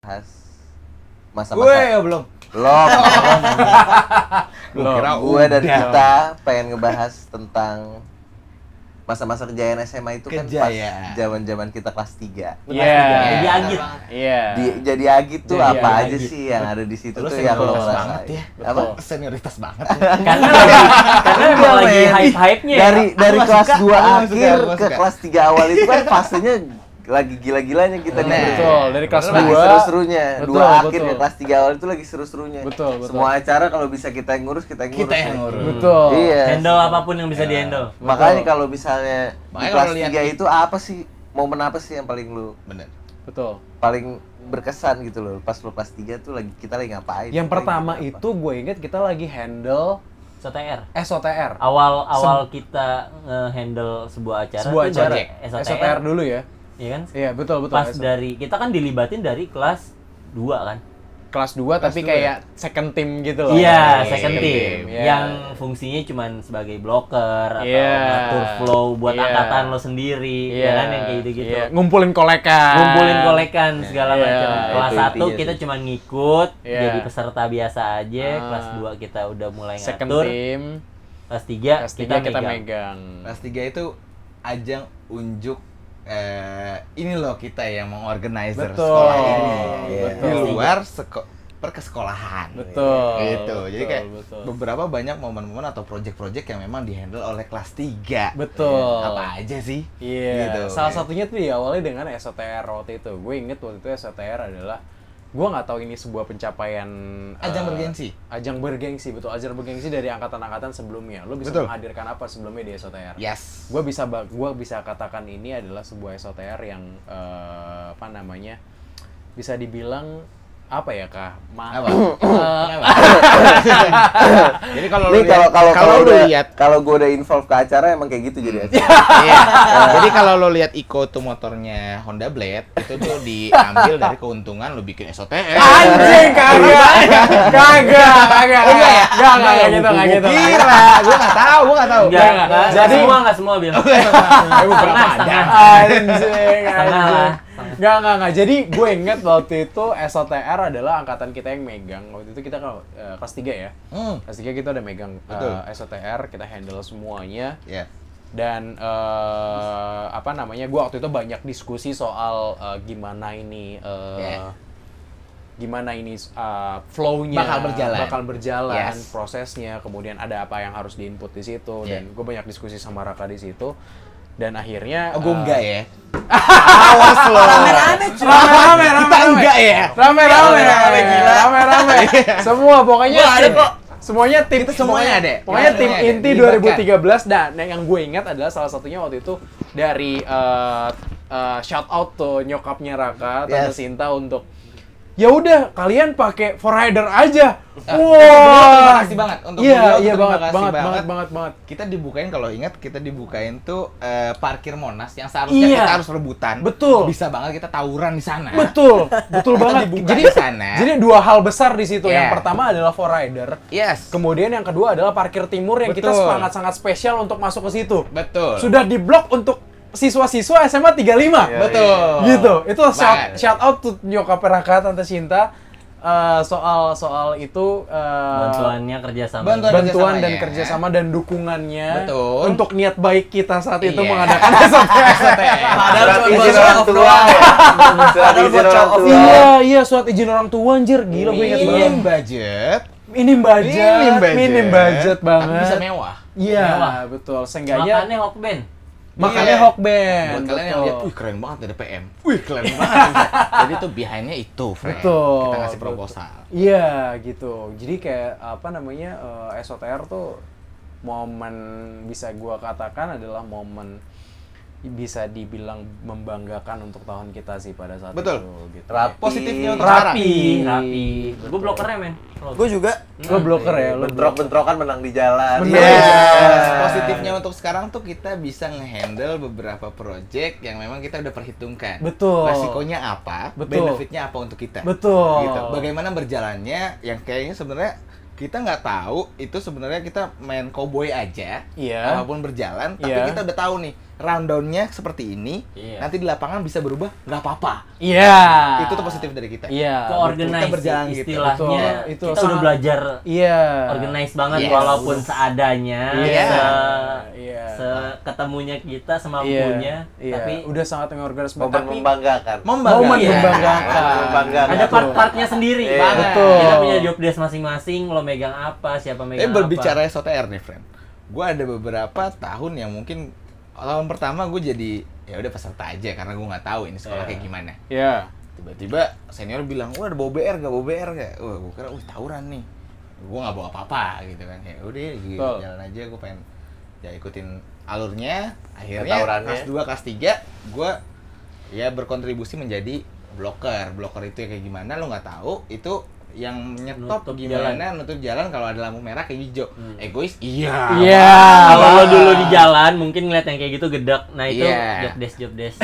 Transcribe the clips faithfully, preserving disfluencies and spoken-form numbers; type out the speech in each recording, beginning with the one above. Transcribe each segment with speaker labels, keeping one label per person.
Speaker 1: bahas
Speaker 2: Gue
Speaker 1: masa-masa
Speaker 2: ya belum.
Speaker 1: belum
Speaker 2: Belum. Kira
Speaker 1: gue dan
Speaker 2: udah.
Speaker 1: kita pengen ngebahas tentang masa-masa kejayaan S M A itu kan pas
Speaker 2: Kejayaan.
Speaker 1: zaman-zaman kita kelas tiga.
Speaker 3: Iya.
Speaker 4: Jadi agit.
Speaker 3: Iya.
Speaker 1: Di, jadi Agit tuh
Speaker 3: Jadi
Speaker 1: apa aja
Speaker 3: Agit.
Speaker 1: sih yang ada di situ
Speaker 2: Lu
Speaker 1: tuh yang lo
Speaker 2: senioritas
Speaker 1: ngerasain?
Speaker 2: banget ya.
Speaker 1: Apa?
Speaker 3: Betul.
Speaker 2: Senioritas banget.
Speaker 4: Karena lagi, karena emang lagi
Speaker 1: Men,
Speaker 4: hype-hype-nya ya.
Speaker 1: dari dari
Speaker 2: Aku
Speaker 1: kelas
Speaker 2: suka,
Speaker 1: dua
Speaker 2: aku
Speaker 1: akhir
Speaker 2: suka, aku
Speaker 1: ke
Speaker 2: suka.
Speaker 1: kelas tiga awal itu kan fasenya lagi gila-gilanya kita nih.
Speaker 2: Bener.
Speaker 3: Betul, dari kelas
Speaker 1: lagi
Speaker 3: dua.
Speaker 1: seru-serunya.
Speaker 3: Betul,
Speaker 1: Dua akhir
Speaker 3: betul.
Speaker 1: ke kelas tiga awal itu lagi seru-serunya.
Speaker 3: Betul, betul.
Speaker 1: Semua acara kalau bisa kita yang ngurus, kita yang ngurus.
Speaker 2: Kita yang
Speaker 1: nih.
Speaker 2: ngurus.
Speaker 3: Betul.
Speaker 1: Iya.
Speaker 4: Handle apapun yang bisa
Speaker 2: Ya.
Speaker 4: di-handle.
Speaker 1: Makanya kalau misalnya di
Speaker 2: Makanya
Speaker 1: kelas
Speaker 2: kalau lihat
Speaker 1: tiga
Speaker 2: di-
Speaker 1: itu apa sih? Momen apa sih yang paling lu
Speaker 2: Bener.
Speaker 3: Betul.
Speaker 1: paling berkesan gitu loh pas lu kelas tiga tuh lagi kita lagi ngapain?
Speaker 3: Yang
Speaker 1: Kita
Speaker 3: pertama
Speaker 1: lagi
Speaker 3: itu gue inget kita lagi handle
Speaker 4: S O T R.
Speaker 3: S O T R.
Speaker 4: Awal awal kita nge-handle sebuah acara
Speaker 3: Sebuah
Speaker 4: tuh
Speaker 3: acara
Speaker 4: dari
Speaker 3: S O T R dulu ya.
Speaker 4: Iya kan?
Speaker 3: Iya, betul betul.
Speaker 4: Pas
Speaker 3: S O T R.
Speaker 4: dari kita kan dilibatin dari kelas dua kan?
Speaker 3: kelas dua
Speaker 2: Kelas
Speaker 3: tapi
Speaker 2: dua
Speaker 3: kayak second team gitu loh.
Speaker 4: Iya,
Speaker 2: Iya,
Speaker 4: second
Speaker 2: iya,
Speaker 4: team.
Speaker 3: iya.
Speaker 4: Yang fungsinya cuman sebagai blocker atau
Speaker 3: Iya.
Speaker 4: ngatur flow buat
Speaker 3: Iya.
Speaker 4: angkatan lo sendiri, ya kan yang kayak gitu-gitu.
Speaker 3: Iya, ngumpulin kolekan.
Speaker 4: Ngumpulin kolekan segala
Speaker 3: Iya,
Speaker 4: macam. Kelas
Speaker 1: itu
Speaker 4: satu
Speaker 1: intinya
Speaker 4: kita
Speaker 1: sih.
Speaker 4: cuma ngikut,
Speaker 3: Iya.
Speaker 4: jadi peserta biasa aja.
Speaker 3: Ah.
Speaker 4: Kelas dua kita udah mulai
Speaker 3: second
Speaker 4: ngatur.
Speaker 3: team.
Speaker 4: Kelas tiga
Speaker 3: Kelas
Speaker 4: kita,
Speaker 3: tiga kita
Speaker 4: megang.
Speaker 3: megang.
Speaker 2: Kelas tiga itu ajang unjuk eh, ini loh kita yang mengorganizer
Speaker 3: Betul.
Speaker 2: sekolah ini.
Speaker 1: Iya.
Speaker 2: Di luar seko perkesekolahan.
Speaker 3: Betul.
Speaker 2: Gitu. Jadi
Speaker 3: betul,
Speaker 2: kayak
Speaker 3: betul.
Speaker 2: beberapa banyak momen-momen atau project-project yang memang dihandle oleh kelas tiga.
Speaker 3: Betul.
Speaker 2: Apa aja sih?
Speaker 3: Iya.
Speaker 2: Gitu.
Speaker 3: Salah satunya tuh diawali dengan S O T R waktu itu. Gue inget waktu itu S O T R adalah, gue nggak tahu ini sebuah pencapaian
Speaker 2: Ajang
Speaker 3: eh,
Speaker 2: bergengsi.
Speaker 3: Ajang bergengsi, betul. Ajang bergengsi dari angkatan-angkatan sebelumnya. Lo bisa
Speaker 2: Betul.
Speaker 3: menghadirkan apa sebelumnya di S O T R?
Speaker 2: Yes.
Speaker 3: Gue bisa ba- gua bisa katakan ini adalah sebuah S O T R yang eh, apa namanya, bisa dibilang apa ya kah? Ma-
Speaker 2: Apa?
Speaker 3: Eh,
Speaker 2: Kenapa? Jadi kalau lu
Speaker 1: Nih kalau
Speaker 2: lihat-
Speaker 1: kalau kalau
Speaker 2: lu
Speaker 1: udah
Speaker 2: lihat
Speaker 1: kalau gue udah involve ke acara emang kayak gitu jadi acara.
Speaker 2: Iya. Jadi kalau lo lihat Iko tuh motornya Honda Blade, itu tuh diambil dari keuntungan lo bikin S O T R.
Speaker 3: Anjing, kagak, kagak, kagak, enggak ya, enggak, enggak, enggak gitu, enggak gitu.
Speaker 2: Gila, gua nggak tahu, gua nggak tahu.
Speaker 4: Enggak,
Speaker 3: Enggak,
Speaker 4: enggak.
Speaker 3: jadi-
Speaker 4: Jadi semua enggak semua bilang.
Speaker 3: Ibu
Speaker 4: Setengah, setengah.
Speaker 3: Anjing,
Speaker 4: Setengah lah.
Speaker 3: anjing. Enggak, enggak, enggak. Jadi gue inget waktu itu S O T R adalah angkatan kita yang megang. Waktu itu kita kan eh, kelas tiga ya.
Speaker 2: Hmm.
Speaker 3: Kelas tiga kita udah megang eh,
Speaker 2: Betul.
Speaker 3: S O T R, kita handle semuanya.
Speaker 2: Ya.
Speaker 3: Dan eh, apa namanya, gue waktu itu banyak diskusi soal eh, gimana ini eh,
Speaker 2: Yeah.
Speaker 3: gimana ini eh, flow-nya
Speaker 2: Bakal berjalan.
Speaker 3: bakal berjalan,
Speaker 2: Yes.
Speaker 3: prosesnya, kemudian ada apa yang harus diinput di situ.
Speaker 2: Yeah.
Speaker 3: Dan gue banyak diskusi sama Raka di situ. Dan akhirnya
Speaker 2: Oh, gua
Speaker 3: eh,
Speaker 2: enggak ya. Awas lo.
Speaker 3: Rame-rame, rame-rame,
Speaker 2: Kita enggak ya.
Speaker 3: rame-rame,
Speaker 2: Rame-rame, gila.
Speaker 3: rame-rame, semua pokoknya
Speaker 2: Gua ada
Speaker 3: tim-
Speaker 2: kok.
Speaker 3: semuanya tim
Speaker 2: Kita semuanya
Speaker 3: pokoknya-
Speaker 2: ada.
Speaker 3: pokoknya
Speaker 2: Ya,
Speaker 3: tim
Speaker 2: semuanya ada.
Speaker 3: inti
Speaker 2: Dilibatkan.
Speaker 3: dua ribu tiga belas. Dan yang gue ingat adalah salah satunya waktu itu dari eh, eh, shout out tuh nyokapnya Raka, Tante
Speaker 2: Yes.
Speaker 3: Sinta untuk ya udah kalian pakai for rider aja.
Speaker 2: Ah,
Speaker 3: Wow.
Speaker 2: terima kasih banget untuk
Speaker 3: Iya,
Speaker 2: beliau,
Speaker 3: iya
Speaker 2: terima
Speaker 3: banget,
Speaker 2: kasih
Speaker 3: banget,
Speaker 2: banget.
Speaker 3: banget, banget, banget.
Speaker 2: Kita dibukain, kalau ingat kita dibukain tuh eh, parkir Monas yang seharusnya
Speaker 3: Iya.
Speaker 2: kita harus rebutan.
Speaker 3: Betul.
Speaker 2: Bisa banget kita tawuran di sana.
Speaker 3: Betul, betul
Speaker 2: Kita
Speaker 3: banget.
Speaker 2: dibuka
Speaker 3: Jadi
Speaker 2: di sana.
Speaker 3: jadi dua hal besar di situ. Yang
Speaker 2: Yeah.
Speaker 3: pertama adalah for rider.
Speaker 2: Yes.
Speaker 3: Kemudian yang kedua adalah parkir timur yang kita
Speaker 2: Betul.
Speaker 3: sangat-sangat spesial untuk masuk ke situ.
Speaker 2: Betul.
Speaker 3: Sudah diblok untuk siswa-siswa S M A tiga puluh lima.
Speaker 1: Iya,
Speaker 2: Betul.
Speaker 3: Gitu. Itu shout,
Speaker 2: Baik.
Speaker 3: shout out to nyokap Raka, Tante Sinta. Eh, soal soal itu eh,
Speaker 4: Bantuannya kerjasama.
Speaker 2: Bantuan.
Speaker 3: bantuan dan
Speaker 2: kerjasamanya.
Speaker 3: kerjasama dan dukungannya.
Speaker 2: Betul.
Speaker 3: Untuk niat baik kita saat itu
Speaker 2: Iya.
Speaker 3: mengadakan S O T R.
Speaker 4: Padahal
Speaker 1: Surat
Speaker 4: cuma
Speaker 1: izin
Speaker 4: buat
Speaker 1: orang
Speaker 4: show
Speaker 1: tua
Speaker 4: doang.
Speaker 1: ya. Surat izin
Speaker 4: buat
Speaker 1: orang
Speaker 4: show off
Speaker 1: tua.
Speaker 3: Iya, iya, surat izin orang tua anjir. Gila, gue inget
Speaker 2: Minim
Speaker 3: banget.
Speaker 2: budget.
Speaker 3: Minim budget,
Speaker 2: Minim budget.
Speaker 3: minim budget
Speaker 2: Tapi
Speaker 3: banget.
Speaker 2: bisa mewah.
Speaker 3: Iya,
Speaker 4: Mewah.
Speaker 3: betul. Seenggaknya
Speaker 4: Makannya Hokben.
Speaker 3: makannya
Speaker 2: Iya.
Speaker 3: Hawk Band.
Speaker 2: Buat kalian yang
Speaker 3: betul.
Speaker 2: lihat, wih keren banget ada P M. Wih keren banget. Jadi tuh behind-nya itu, friend.
Speaker 3: Betul.
Speaker 2: Kita ngasih proposal.
Speaker 3: Iya, gitu. Jadi kayak apa namanya, eh, S O T R tuh momen, bisa gua katakan adalah momen bisa dibilang membanggakan untuk tahun kita sih pada saat
Speaker 2: Betul.
Speaker 3: itu. Gitu.
Speaker 1: Rapi.
Speaker 2: Positifnya untuk
Speaker 3: Rapi.
Speaker 2: sekarang.
Speaker 4: Rapi, rapi.
Speaker 3: Betul.
Speaker 4: Gue blokernya, men.
Speaker 1: Gue juga.
Speaker 3: Lo bloker ya, lo bloker.
Speaker 1: Bentrok-bentrokan menang di jalan.
Speaker 3: Bener.
Speaker 2: Yes.
Speaker 3: Yes.
Speaker 2: Positifnya untuk sekarang tuh kita bisa nge-handle beberapa project yang memang kita udah perhitungkan.
Speaker 3: Betul.
Speaker 2: Resikonya apa,
Speaker 3: Betul.
Speaker 2: benefitnya apa untuk kita.
Speaker 3: Betul.
Speaker 2: Gitu. Bagaimana berjalannya yang kayaknya sebenarnya kita nggak tahu itu sebenarnya kita main cowboy aja,
Speaker 3: Iya.
Speaker 2: walaupun berjalan, tapi
Speaker 3: Iya.
Speaker 2: kita udah tahu nih rundown-nya seperti ini,
Speaker 4: Iya.
Speaker 2: nanti di lapangan bisa berubah, nggak apa-apa.
Speaker 3: Iya.
Speaker 2: Itu tuh positif dari kita.
Speaker 3: Iya.
Speaker 4: Ke
Speaker 3: betul.
Speaker 4: organize
Speaker 2: Kita berjalan gitu.
Speaker 4: istilahnya.
Speaker 3: Betul, itu
Speaker 4: kita udah
Speaker 3: sangat-
Speaker 4: belajar
Speaker 3: Iya.
Speaker 4: organize banget
Speaker 2: Yes.
Speaker 4: walaupun seadanya,
Speaker 3: Iya.
Speaker 4: se
Speaker 3: Iya.
Speaker 4: seketemunya kita semampunya,
Speaker 3: Iya.
Speaker 4: tapi
Speaker 3: udah sangat mengorganisasi
Speaker 1: Momen
Speaker 3: tapi
Speaker 1: membanggakan.
Speaker 2: Membanggakan.
Speaker 3: momen
Speaker 4: Iya.
Speaker 3: membanggakan.
Speaker 1: Momen membanggakan.
Speaker 4: ada part-partnya sendiri.
Speaker 1: Iya.
Speaker 4: banget.
Speaker 3: Betul.
Speaker 4: Kita punya job desk masing-masing, lo megang apa, siapa
Speaker 2: Tapi
Speaker 4: megang apa.
Speaker 2: berbicara S O T R nih, friend. Gue ada beberapa tahun yang mungkin tahun pertama gue jadi ya udah peserta aja karena gue nggak tahu ini sekolah
Speaker 4: Iya.
Speaker 2: kayak gimana.
Speaker 3: Iya.
Speaker 2: Tiba-tiba senior bilang, wah ada bawa B R gak, bawa B R gak? Wah gue kira, wih tawuran nih. Gue nggak bawa apa-apa gitu kan. Ya udah gitu,
Speaker 3: Betul.
Speaker 2: jalan aja, gue pengen ya ikutin alurnya. Akhirnya
Speaker 1: Tawurannya.
Speaker 2: kelas dua, kelas tiga, gue ya berkontribusi menjadi bloker. Bloker itu ya kayak gimana lo nggak tahu. Itu yang nyetop
Speaker 4: Nutup
Speaker 2: gimana,
Speaker 4: jalan.
Speaker 2: nutup jalan kalau ada lampu merah kayak hijau.
Speaker 4: Hmm.
Speaker 2: Egois, iya.
Speaker 3: Iya.
Speaker 4: Kalau lo dulu di jalan mungkin ngeliat yang kayak gitu gedek. Nah itu
Speaker 2: Iya.
Speaker 4: job desk job desk.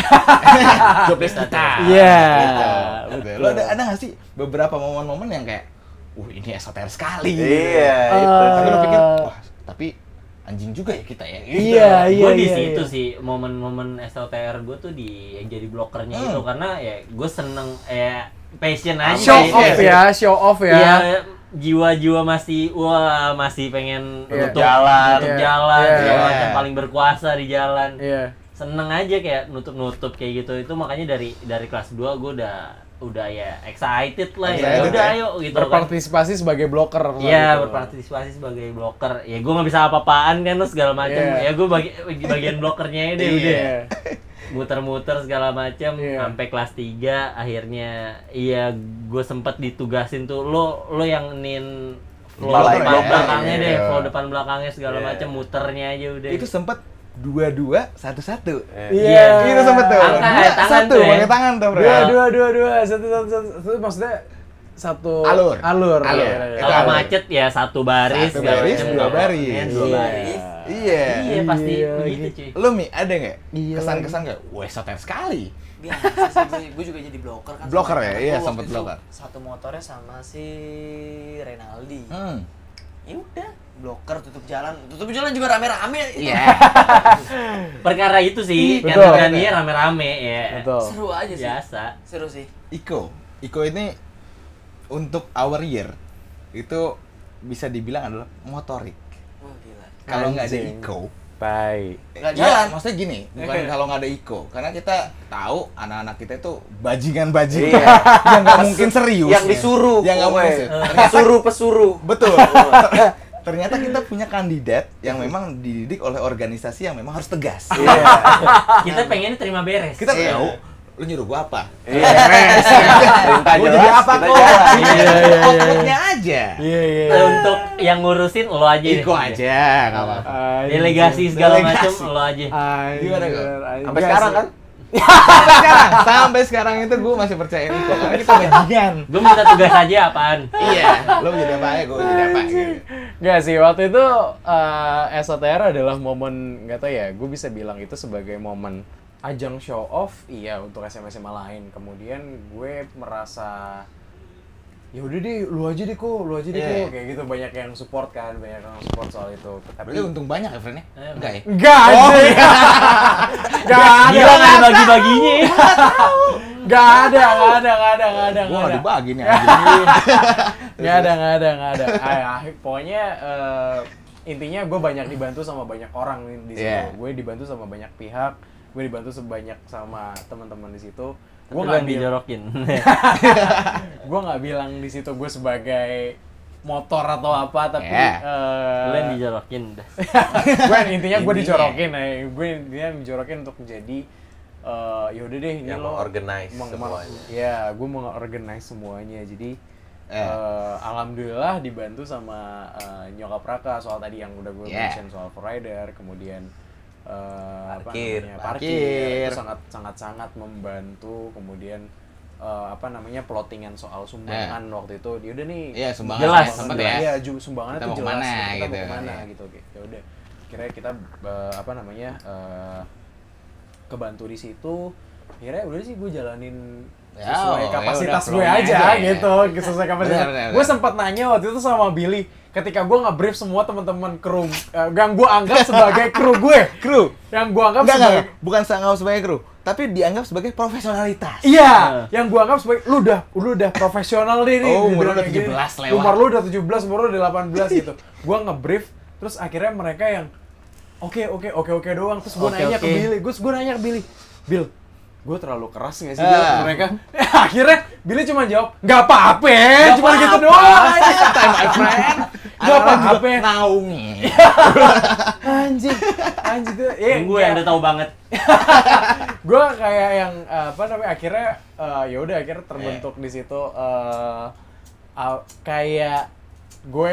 Speaker 2: Job desk kita.
Speaker 3: Iya.
Speaker 2: Gitu.
Speaker 3: Betul.
Speaker 2: Lo ada ada nggak sih beberapa momen-momen yang kayak, uh ini esoter sekali.
Speaker 1: Iya,
Speaker 3: Eh,
Speaker 1: itu.
Speaker 2: Tapi lo pikir, wah tapi anjing juga ya kita ya. Gitu.
Speaker 3: Iya, iya,
Speaker 4: gue di
Speaker 3: iya,
Speaker 4: situ
Speaker 3: iya.
Speaker 4: sih momen-momen S L T R gue tuh di yang jadi blokernya
Speaker 2: Hmm.
Speaker 4: itu karena ya gue seneng ya passion aja
Speaker 3: Show
Speaker 4: sih.
Speaker 3: off ya, show off ya.
Speaker 4: Iya, jiwa-jiwa masih wah masih pengen
Speaker 3: Iya.
Speaker 4: nutup
Speaker 1: Jalan.
Speaker 4: nutup
Speaker 3: Iya.
Speaker 4: jalan
Speaker 3: Iya.
Speaker 4: segala
Speaker 2: Iya.
Speaker 4: macam, paling berkuasa di jalan.
Speaker 3: Iya.
Speaker 4: Seneng aja kayak nutup-nutup kayak gitu. Itu makanya dari dari kelas dua gue udah udah ya excited lah ya.
Speaker 2: Excited
Speaker 4: Udah
Speaker 2: ya.
Speaker 4: ayo gitu kan.
Speaker 3: Berpartisipasi sebagai bloker.
Speaker 4: Iya,
Speaker 3: gitu.
Speaker 4: berpartisipasi sebagai bloker. Ya gue nggak bisa apa-apaan kan terus segala macam.
Speaker 3: Iya.
Speaker 4: Ya gue bagi, bagian blokernya deh udah.
Speaker 3: Iya.
Speaker 4: Muter-muter segala macam
Speaker 3: Iya.
Speaker 4: sampai kelas tiga akhirnya iya gue sempet ditugasin tuh lo lo yang nin flow
Speaker 1: Balai
Speaker 4: depan
Speaker 1: bloker.
Speaker 4: belakangnya deh,
Speaker 2: Iya.
Speaker 4: flow depan belakangnya segala
Speaker 1: Iya.
Speaker 4: macam, muternya aja udah.
Speaker 2: Itu sempet dua-dua, satu-satu.
Speaker 3: Iya.
Speaker 2: Itu sempet tuh.
Speaker 4: Angka
Speaker 2: Dua,
Speaker 4: ya, tangan
Speaker 2: satu,
Speaker 4: tuh ya.
Speaker 2: pakai tangan tuh, bro.
Speaker 3: Dua, dua, dua, dua, satu, satu, satu, satu, maksudnya satu
Speaker 2: Alur.
Speaker 3: alur,
Speaker 2: Alur.
Speaker 3: Iya, iya.
Speaker 4: Kalau
Speaker 2: Itu
Speaker 4: macet ya satu baris,
Speaker 2: Satu
Speaker 4: segala
Speaker 2: baris,
Speaker 4: macam.
Speaker 2: dua
Speaker 4: Kalau
Speaker 2: baris.
Speaker 4: main dua
Speaker 3: Iya.
Speaker 4: baris.
Speaker 2: Iya.
Speaker 4: Iya pasti
Speaker 3: Iya,
Speaker 4: begitu
Speaker 3: gitu.
Speaker 4: cuy.
Speaker 2: Lo Mi, ada nggak
Speaker 3: Iya.
Speaker 2: kesan-kesan nggak? Wah, esoter sekali.
Speaker 5: Biasa sih, gue, gue juga jadi bloker kan.
Speaker 2: Bloker
Speaker 5: sama
Speaker 2: ya?
Speaker 5: temen
Speaker 2: Iya,
Speaker 5: gue
Speaker 2: sempet
Speaker 5: waktu itu.
Speaker 2: bloker.
Speaker 5: Satu motornya sama si Renaldi.
Speaker 2: Hmm.
Speaker 5: Ya udah, bloker tutup jalan. Tutup jalan juga rame-rame.
Speaker 2: Iya.
Speaker 4: Perkara itu sih,
Speaker 3: Betul.
Speaker 4: karena beraninya rame-rame ya.
Speaker 3: Betul.
Speaker 5: Seru aja sih.
Speaker 4: Biasa.
Speaker 5: Seru sih.
Speaker 2: Iko, Iko ini untuk our year itu bisa dibilang adalah motorik.
Speaker 5: Wah, gila.
Speaker 2: Kalau nggak ada
Speaker 3: Anjing.
Speaker 2: Iko,
Speaker 3: Baik.
Speaker 5: Nggak
Speaker 2: ya,
Speaker 5: jalan.
Speaker 2: maksudnya gini, bukan kalau nggak ada Iko, karena kita tahu anak-anak kita itu bajingan-bajingan
Speaker 1: Iya.
Speaker 2: yang nggak mungkin serius,
Speaker 1: Yang disuruh.
Speaker 2: yang nggak mungkin
Speaker 1: pokoknya.
Speaker 2: serius.
Speaker 1: Disuruh pesuruh.
Speaker 2: Betul. Ternyata kita punya kandidat yang memang dididik oleh organisasi yang memang harus tegas.
Speaker 1: Iya.
Speaker 4: Kita pengen terima beres.
Speaker 2: Kita
Speaker 1: Iya.
Speaker 2: tahu, lu nyuruh gua apa?
Speaker 1: Iya. Perintah
Speaker 2: Gua
Speaker 1: jelas.
Speaker 2: jadi apa
Speaker 1: kita
Speaker 2: kok?
Speaker 1: jalan.
Speaker 3: Iya, iya, iya.
Speaker 2: Outputnya aja.
Speaker 3: Iya, iya.
Speaker 4: Eh, untuk yang ngurusin lo aja. deh.
Speaker 2: Iko aja, nggak apa-apa.
Speaker 3: Anjing.
Speaker 4: Delegasi segala
Speaker 2: Delegasi.
Speaker 4: macam lo aja.
Speaker 3: Anjing.
Speaker 2: Gimana, Ko?
Speaker 3: Anjing.
Speaker 1: Sampai
Speaker 3: Nggak
Speaker 1: sekarang
Speaker 3: sih.
Speaker 1: kan?
Speaker 2: Sampai sekarang, sampai sekarang itu gue masih percaya Iko karena kita bajingan.
Speaker 4: Gue minta tugas aja apaan?
Speaker 2: Iya, lo jadi apa ya, gue jadi apa gitu.
Speaker 3: Nggak sih, waktu itu uh, S O T R adalah momen, nggak tahu ya, gue bisa bilang itu sebagai momen ajang show off, iya untuk S M S M A lain. Kemudian gue merasa, ya udah deh, lu aja deh kok, lu aja deh
Speaker 2: Iya.
Speaker 3: kok, kayak gitu banyak yang support kan, banyak yang support soal itu. Tapi
Speaker 2: Berarti untung banyak ya, friend ya?
Speaker 4: Eh,
Speaker 2: Enggak ya?
Speaker 3: nggak
Speaker 2: Oh,
Speaker 3: ada,
Speaker 2: iya.
Speaker 3: nggak ada,
Speaker 4: Gila nggak ada bagi-baginya.
Speaker 3: nggak ada, nggak ada, nggak ada, nggak ada,
Speaker 2: Gue
Speaker 3: nggak
Speaker 2: nggak
Speaker 3: ada.
Speaker 2: dibagi nih anjing.
Speaker 3: Nggak ada, nggak ada, nggak ada. Ah, ah, pokoknya eh, intinya gue banyak dibantu sama banyak orang di situ.
Speaker 2: Iya.
Speaker 3: Gue dibantu sama banyak pihak, gue dibantu sebanyak sama teman-teman di situ. Gue
Speaker 4: Gue
Speaker 3: nggak
Speaker 4: yang
Speaker 3: bilang,
Speaker 4: dijorokin.
Speaker 3: gue nggak bilang di situ gue sebagai motor atau apa, tapi
Speaker 2: Iya.
Speaker 3: eh,
Speaker 4: Lo yang dijorokin dah.
Speaker 3: gue intinya gue
Speaker 2: Intinya.
Speaker 3: dijorokin, eh. gue intinya dijorokin untuk menjadi eh yaudah deh ini
Speaker 1: Yang
Speaker 3: lo
Speaker 1: mengorganize
Speaker 3: meng-
Speaker 1: semuanya.
Speaker 3: ya gue mau organize semuanya, jadi
Speaker 2: Eh.
Speaker 3: eh, alhamdulillah dibantu sama eh, nyokap Raka soal tadi yang udah gue
Speaker 2: Yeah.
Speaker 3: mention soal provider, kemudian eh, apa
Speaker 1: Parkir.
Speaker 3: namanya,
Speaker 2: Parkir.
Speaker 3: parkir itu sangat sangat sangat membantu, kemudian eh, apa namanya plottingan soal sumbangan waktu itu dia udah nih
Speaker 2: Iya, sumbangan
Speaker 4: Jelas.
Speaker 2: sempet
Speaker 3: jelas.
Speaker 2: ya.
Speaker 3: Iya, ju- sumbangannya
Speaker 2: Kita
Speaker 3: tuh
Speaker 2: mau
Speaker 3: jelas
Speaker 2: kemana,
Speaker 3: kita
Speaker 2: gitu.
Speaker 3: mau kemana
Speaker 2: Iya.
Speaker 3: gitu oke ya udah kira kita eh, apa namanya eh, kebantu di situ, akhirnya udah sih gue jalanin
Speaker 2: Ya,
Speaker 3: sesuai
Speaker 2: oh,
Speaker 3: kapasitas
Speaker 2: ya udah,
Speaker 3: gue
Speaker 2: flow-nya
Speaker 3: aja,
Speaker 2: aja, ya.
Speaker 3: gitu sesuai kapasitas.
Speaker 2: Benar, benar,
Speaker 3: Gue
Speaker 2: benar.
Speaker 3: sempat nanya waktu itu sama Billy, ketika gue nge-brief semua teman-teman kru uh, yang gue anggap sebagai kru gue,
Speaker 2: Kru.
Speaker 3: yang gue anggap
Speaker 2: Enggak,
Speaker 3: sebagai
Speaker 2: enggak, bukan anggap sebagai kru, tapi dianggap sebagai profesionalitas.
Speaker 3: iya, yang gue anggap sebagai lu udah lu udah profesional nih nih.
Speaker 2: Oh, umur lu
Speaker 3: dibilang
Speaker 2: udah
Speaker 3: kayak gini.
Speaker 2: tujuh belas lewat.
Speaker 3: Umur lu udah tujuh belas, umur lu udah delapan belas gitu. Gue nge-brief, terus akhirnya mereka yang oke oke oke oke doang, terus gue
Speaker 4: Oke,
Speaker 3: nanya
Speaker 4: oke.
Speaker 3: ke Billy, gue gue nanya ke Billy, Bill, gue terlalu keras nggak sih
Speaker 2: Ah.
Speaker 3: Bill ke mereka? Akhirnya Billy cuma jawab, nggak apa-apa, cuma
Speaker 2: apa-apa.
Speaker 3: gitu doang.
Speaker 2: Santai, my friend.
Speaker 3: Nggak apa-apa.
Speaker 2: Naungi.
Speaker 3: Anjing, anjing tuh. Eh,
Speaker 4: Gue yang udah tahu banget.
Speaker 3: gue kayak yang uh, apa namanya akhirnya uh, ya udah akhirnya terbentuk di situ uh, uh, kayak gue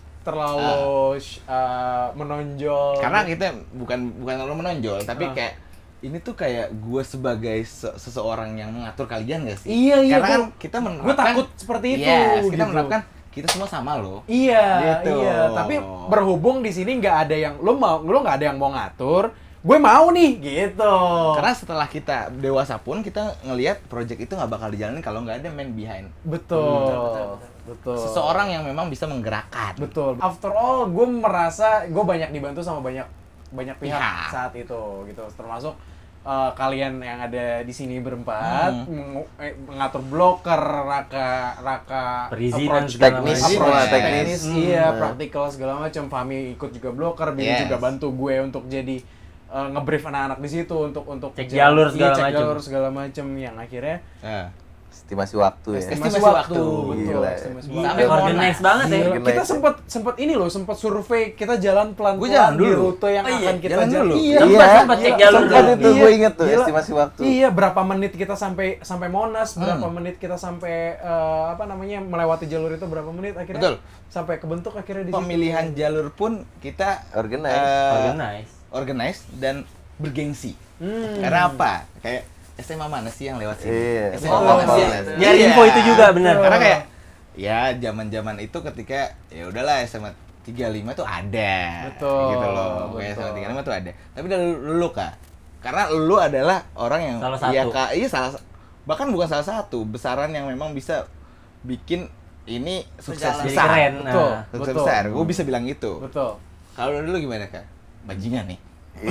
Speaker 3: terlalu sh- uh, menonjol.
Speaker 2: Karena kita bukan bukan terlalu menonjol, tapi
Speaker 3: Ah.
Speaker 2: kayak ini tuh kayak gue sebagai se- seseorang yang mengatur kalian gak sih?
Speaker 3: Iya, iya,
Speaker 2: Karena kan
Speaker 3: gua-
Speaker 2: kita
Speaker 3: gue
Speaker 2: menerapkan
Speaker 3: takut seperti itu.
Speaker 2: Yes, kita
Speaker 3: gitu.
Speaker 2: menerapkan kita semua sama loh.
Speaker 3: Iya,
Speaker 2: Gitu.
Speaker 3: iya. Tapi berhubung di sini nggak ada yang lo mau, lo nggak ada yang mau ngatur. Gue mau nih, gitu.
Speaker 2: Karena setelah kita dewasa pun kita ngelihat project itu nggak bakal dijalanin kalau nggak ada man behind.
Speaker 3: betul, betul.
Speaker 2: Seseorang yang memang bisa menggerakkan.
Speaker 3: Betul. After all, gue merasa gue banyak dibantu sama banyak banyak pihak
Speaker 2: Pihak.
Speaker 3: saat itu, gitu. Termasuk uh, kalian yang ada di sini berempat,
Speaker 2: Hmm.
Speaker 3: meng- eh, mengatur bloker, raka raka
Speaker 4: Perizinan
Speaker 3: approach
Speaker 4: segala
Speaker 1: teknis,
Speaker 4: macam.
Speaker 3: approach
Speaker 2: Yes.
Speaker 3: teknis,
Speaker 1: teknis.
Speaker 3: iya,
Speaker 1: Hmm.
Speaker 3: praktikal segala macam. Fahmi ikut juga bloker, Billy
Speaker 2: Yes.
Speaker 3: juga bantu gue untuk jadi uh, ngebrief anak-anak di situ untuk untuk
Speaker 4: Cek
Speaker 3: jalan-
Speaker 4: jalur
Speaker 3: iya,
Speaker 4: segala
Speaker 3: cek
Speaker 4: macam.
Speaker 3: jalur segala macam yang akhirnya
Speaker 2: Nah,
Speaker 1: Estimasi waktu ya.
Speaker 3: estimasi
Speaker 2: Estimasi
Speaker 3: waktu,
Speaker 2: waktu.
Speaker 3: betul.
Speaker 1: Gila.
Speaker 3: Estimasi
Speaker 4: Gila,
Speaker 3: waktu.
Speaker 4: organize banget ya.
Speaker 3: Gila,
Speaker 1: Organize
Speaker 3: kita
Speaker 1: ya.
Speaker 3: sempat sempat ini loh, sempat survei, kita jalan
Speaker 2: Gua jalan
Speaker 3: pelan-pelan di
Speaker 2: dulu.
Speaker 3: rute yang
Speaker 4: Oh iya,
Speaker 3: akan kita
Speaker 2: jalan
Speaker 3: jalan.
Speaker 2: dulu.
Speaker 3: Iya,
Speaker 4: Sempat, sempat cek jalur
Speaker 1: Sempat
Speaker 4: dulu.
Speaker 1: itu gue inget tuh
Speaker 3: Gila.
Speaker 1: estimasi waktu.
Speaker 3: Iya, berapa menit kita sampai sampai Monas,
Speaker 2: Hmm.
Speaker 3: berapa menit kita sampai eh, apa namanya melewati jalur itu berapa menit akhirnya
Speaker 2: Betul.
Speaker 3: sampai kebentuk akhirnya di situ.
Speaker 2: pemilihan jalur pun kita
Speaker 1: Organize.
Speaker 2: eh,
Speaker 4: Organize.
Speaker 2: organize dan bergengsi.
Speaker 3: Hmm.
Speaker 2: Karena apa? Kayak S M A mana sih yang lewat sini?
Speaker 1: Iya.
Speaker 2: S M A
Speaker 5: Oh,
Speaker 2: mana sih?
Speaker 5: iya.
Speaker 4: Nyari
Speaker 2: Iya.
Speaker 4: info itu juga benar.
Speaker 2: Karena kayak ya zaman-zaman itu ketika ya udahlah S M A tiga puluh lima tuh ada.
Speaker 3: Betul,
Speaker 2: Gitu loh. Kayak S M A
Speaker 3: betul.
Speaker 2: tiga puluh lima tuh ada. Tapi dari lu Kak. Karena lu adalah orang yang
Speaker 4: Salah satu.
Speaker 2: ya, Kak, iya salah sa- bahkan bukan salah satu, besaran yang memang bisa bikin ini sukses
Speaker 5: Berjalan.
Speaker 4: Jadi
Speaker 2: besar.
Speaker 4: keren.
Speaker 3: Betul.
Speaker 4: Nah.
Speaker 2: Sukses
Speaker 3: Betul.
Speaker 2: besar. Gue bisa bilang gitu.
Speaker 3: Betul.
Speaker 2: Kalau dari lu gimana Kak? Bajingan nih.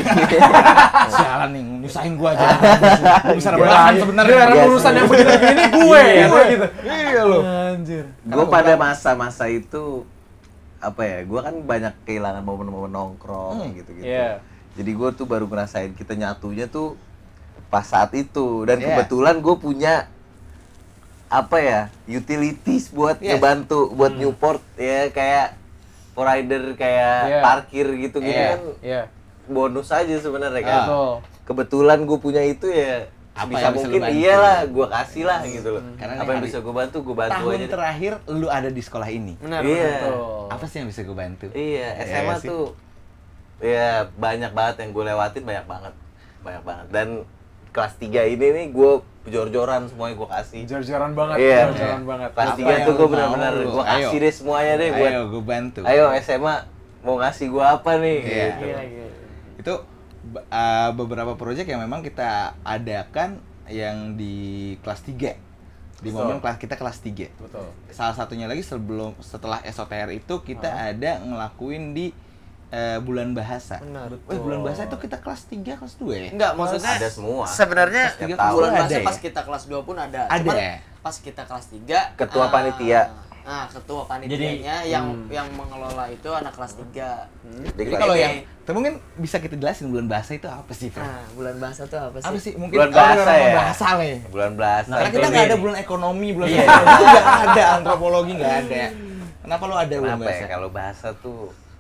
Speaker 2: Sialan nih, nyusahin gua aja. Gua bisa rebahan sebenarnya.
Speaker 3: Giliran
Speaker 1: Iya,
Speaker 3: urusan
Speaker 1: sih.
Speaker 3: yang begini-begini gue
Speaker 2: Iya,
Speaker 3: ya,
Speaker 2: gue.
Speaker 3: gitu.
Speaker 2: Iya loh.
Speaker 3: Anjir.
Speaker 1: Gue pada masa-masa itu apa ya? Gue kan banyak kehilangan momen-momen nongkrong
Speaker 2: Hmm.
Speaker 1: gitu-gitu.
Speaker 3: Iya.
Speaker 1: Jadi gue tuh baru ngerasain kita nyatunya tuh pas saat itu dan
Speaker 2: Iya.
Speaker 1: kebetulan gue punya apa ya utilities buat
Speaker 2: Yes.
Speaker 1: ngebantu buat Newport ya kayak rider kayak
Speaker 3: Iya.
Speaker 1: parkir gitu gitu
Speaker 2: Iya.
Speaker 1: kan
Speaker 3: Iya.
Speaker 1: bonus aja sebenarnya kan.
Speaker 2: Ah.
Speaker 3: Betul.
Speaker 1: Kebetulan gue punya itu ya
Speaker 2: Apa
Speaker 1: bisa
Speaker 2: yang bisa
Speaker 1: mungkin
Speaker 2: lu bantu?
Speaker 1: iyalah gue kasih lah gitu loh.
Speaker 2: Karena
Speaker 1: Apa yang
Speaker 2: hari-
Speaker 1: bisa gue bantu gue bantu
Speaker 2: Tahun
Speaker 1: aja. deh.
Speaker 2: terakhir lu ada di sekolah ini.
Speaker 5: Benar.
Speaker 1: Iya.
Speaker 3: Betul.
Speaker 2: Apa sih yang bisa gue bantu?
Speaker 1: Iya, S M A
Speaker 2: Iya sih.
Speaker 1: tuh ya banyak banget yang gue lewatin, banyak banget. Banyak banget. Dan kelas tiga ini nih gue jor-joran semuanya gue kasih.
Speaker 3: Jor-joran banget,
Speaker 1: Iya.
Speaker 3: jor-joran banget.
Speaker 1: Kelas
Speaker 2: Apa
Speaker 1: tiga
Speaker 2: yang
Speaker 1: tuh gue
Speaker 2: lu
Speaker 1: benar-benar
Speaker 2: mau lu?
Speaker 1: gue
Speaker 2: Ayo.
Speaker 1: kasih deh semuanya deh buat
Speaker 2: Ayo gue bantu.
Speaker 1: ayo S M A mau ngasih gue apa nih
Speaker 2: Iya.
Speaker 1: gitu.
Speaker 3: Gila, gila.
Speaker 2: Itu b- uh, beberapa proyek yang memang kita adakan yang di kelas tiga. Di
Speaker 3: Betul.
Speaker 2: momen kelas kita kelas tiga.
Speaker 3: Betul.
Speaker 2: Salah satunya lagi sebelum setelah S O T R itu kita
Speaker 3: Ah.
Speaker 2: ada ngelakuin di uh, bulan bahasa.
Speaker 5: Benar.
Speaker 2: Wih, bulan bahasa itu kita kelas tiga, kelas dua ya?
Speaker 5: Enggak, maksudnya
Speaker 1: Ada semua.
Speaker 5: sebenarnya
Speaker 1: Setiap
Speaker 2: tahun
Speaker 5: bulan
Speaker 2: ada
Speaker 5: bahasa
Speaker 2: ya?
Speaker 5: pas kita kelas dua pun ada.
Speaker 2: Ada
Speaker 5: Cuman
Speaker 2: ya?
Speaker 5: pas kita kelas tiga
Speaker 1: Ketua
Speaker 5: ah,
Speaker 1: panitia.
Speaker 5: Nah, ketua panitianya
Speaker 4: Jadi,
Speaker 5: yang
Speaker 4: hmm.
Speaker 5: yang mengelola itu anak kelas tiga.
Speaker 1: Jadi
Speaker 2: Jadi
Speaker 1: kelas-
Speaker 2: kalau
Speaker 5: Oke.
Speaker 2: yang tapi mungkin bisa kita jelasin bulan bahasa itu apa sih, Fred?
Speaker 5: Nah, bulan bahasa tuh apa sih?
Speaker 2: Apa sih? Mungkin
Speaker 1: Bulan
Speaker 2: kalau
Speaker 1: bahasa
Speaker 2: orang
Speaker 1: ya?
Speaker 2: bahasa nih.
Speaker 1: bulan bahasa.
Speaker 4: Nah,
Speaker 2: Karena kita
Speaker 4: itu
Speaker 2: nggak ada
Speaker 4: nih.
Speaker 2: bulan ekonomi, bulan
Speaker 4: Iya.
Speaker 2: sosial, itu nggak ada, antropologi nggak ada. Kenapa lu ada bulan
Speaker 1: Kenapa
Speaker 2: bahasa?
Speaker 1: ya kalau bahasa tuh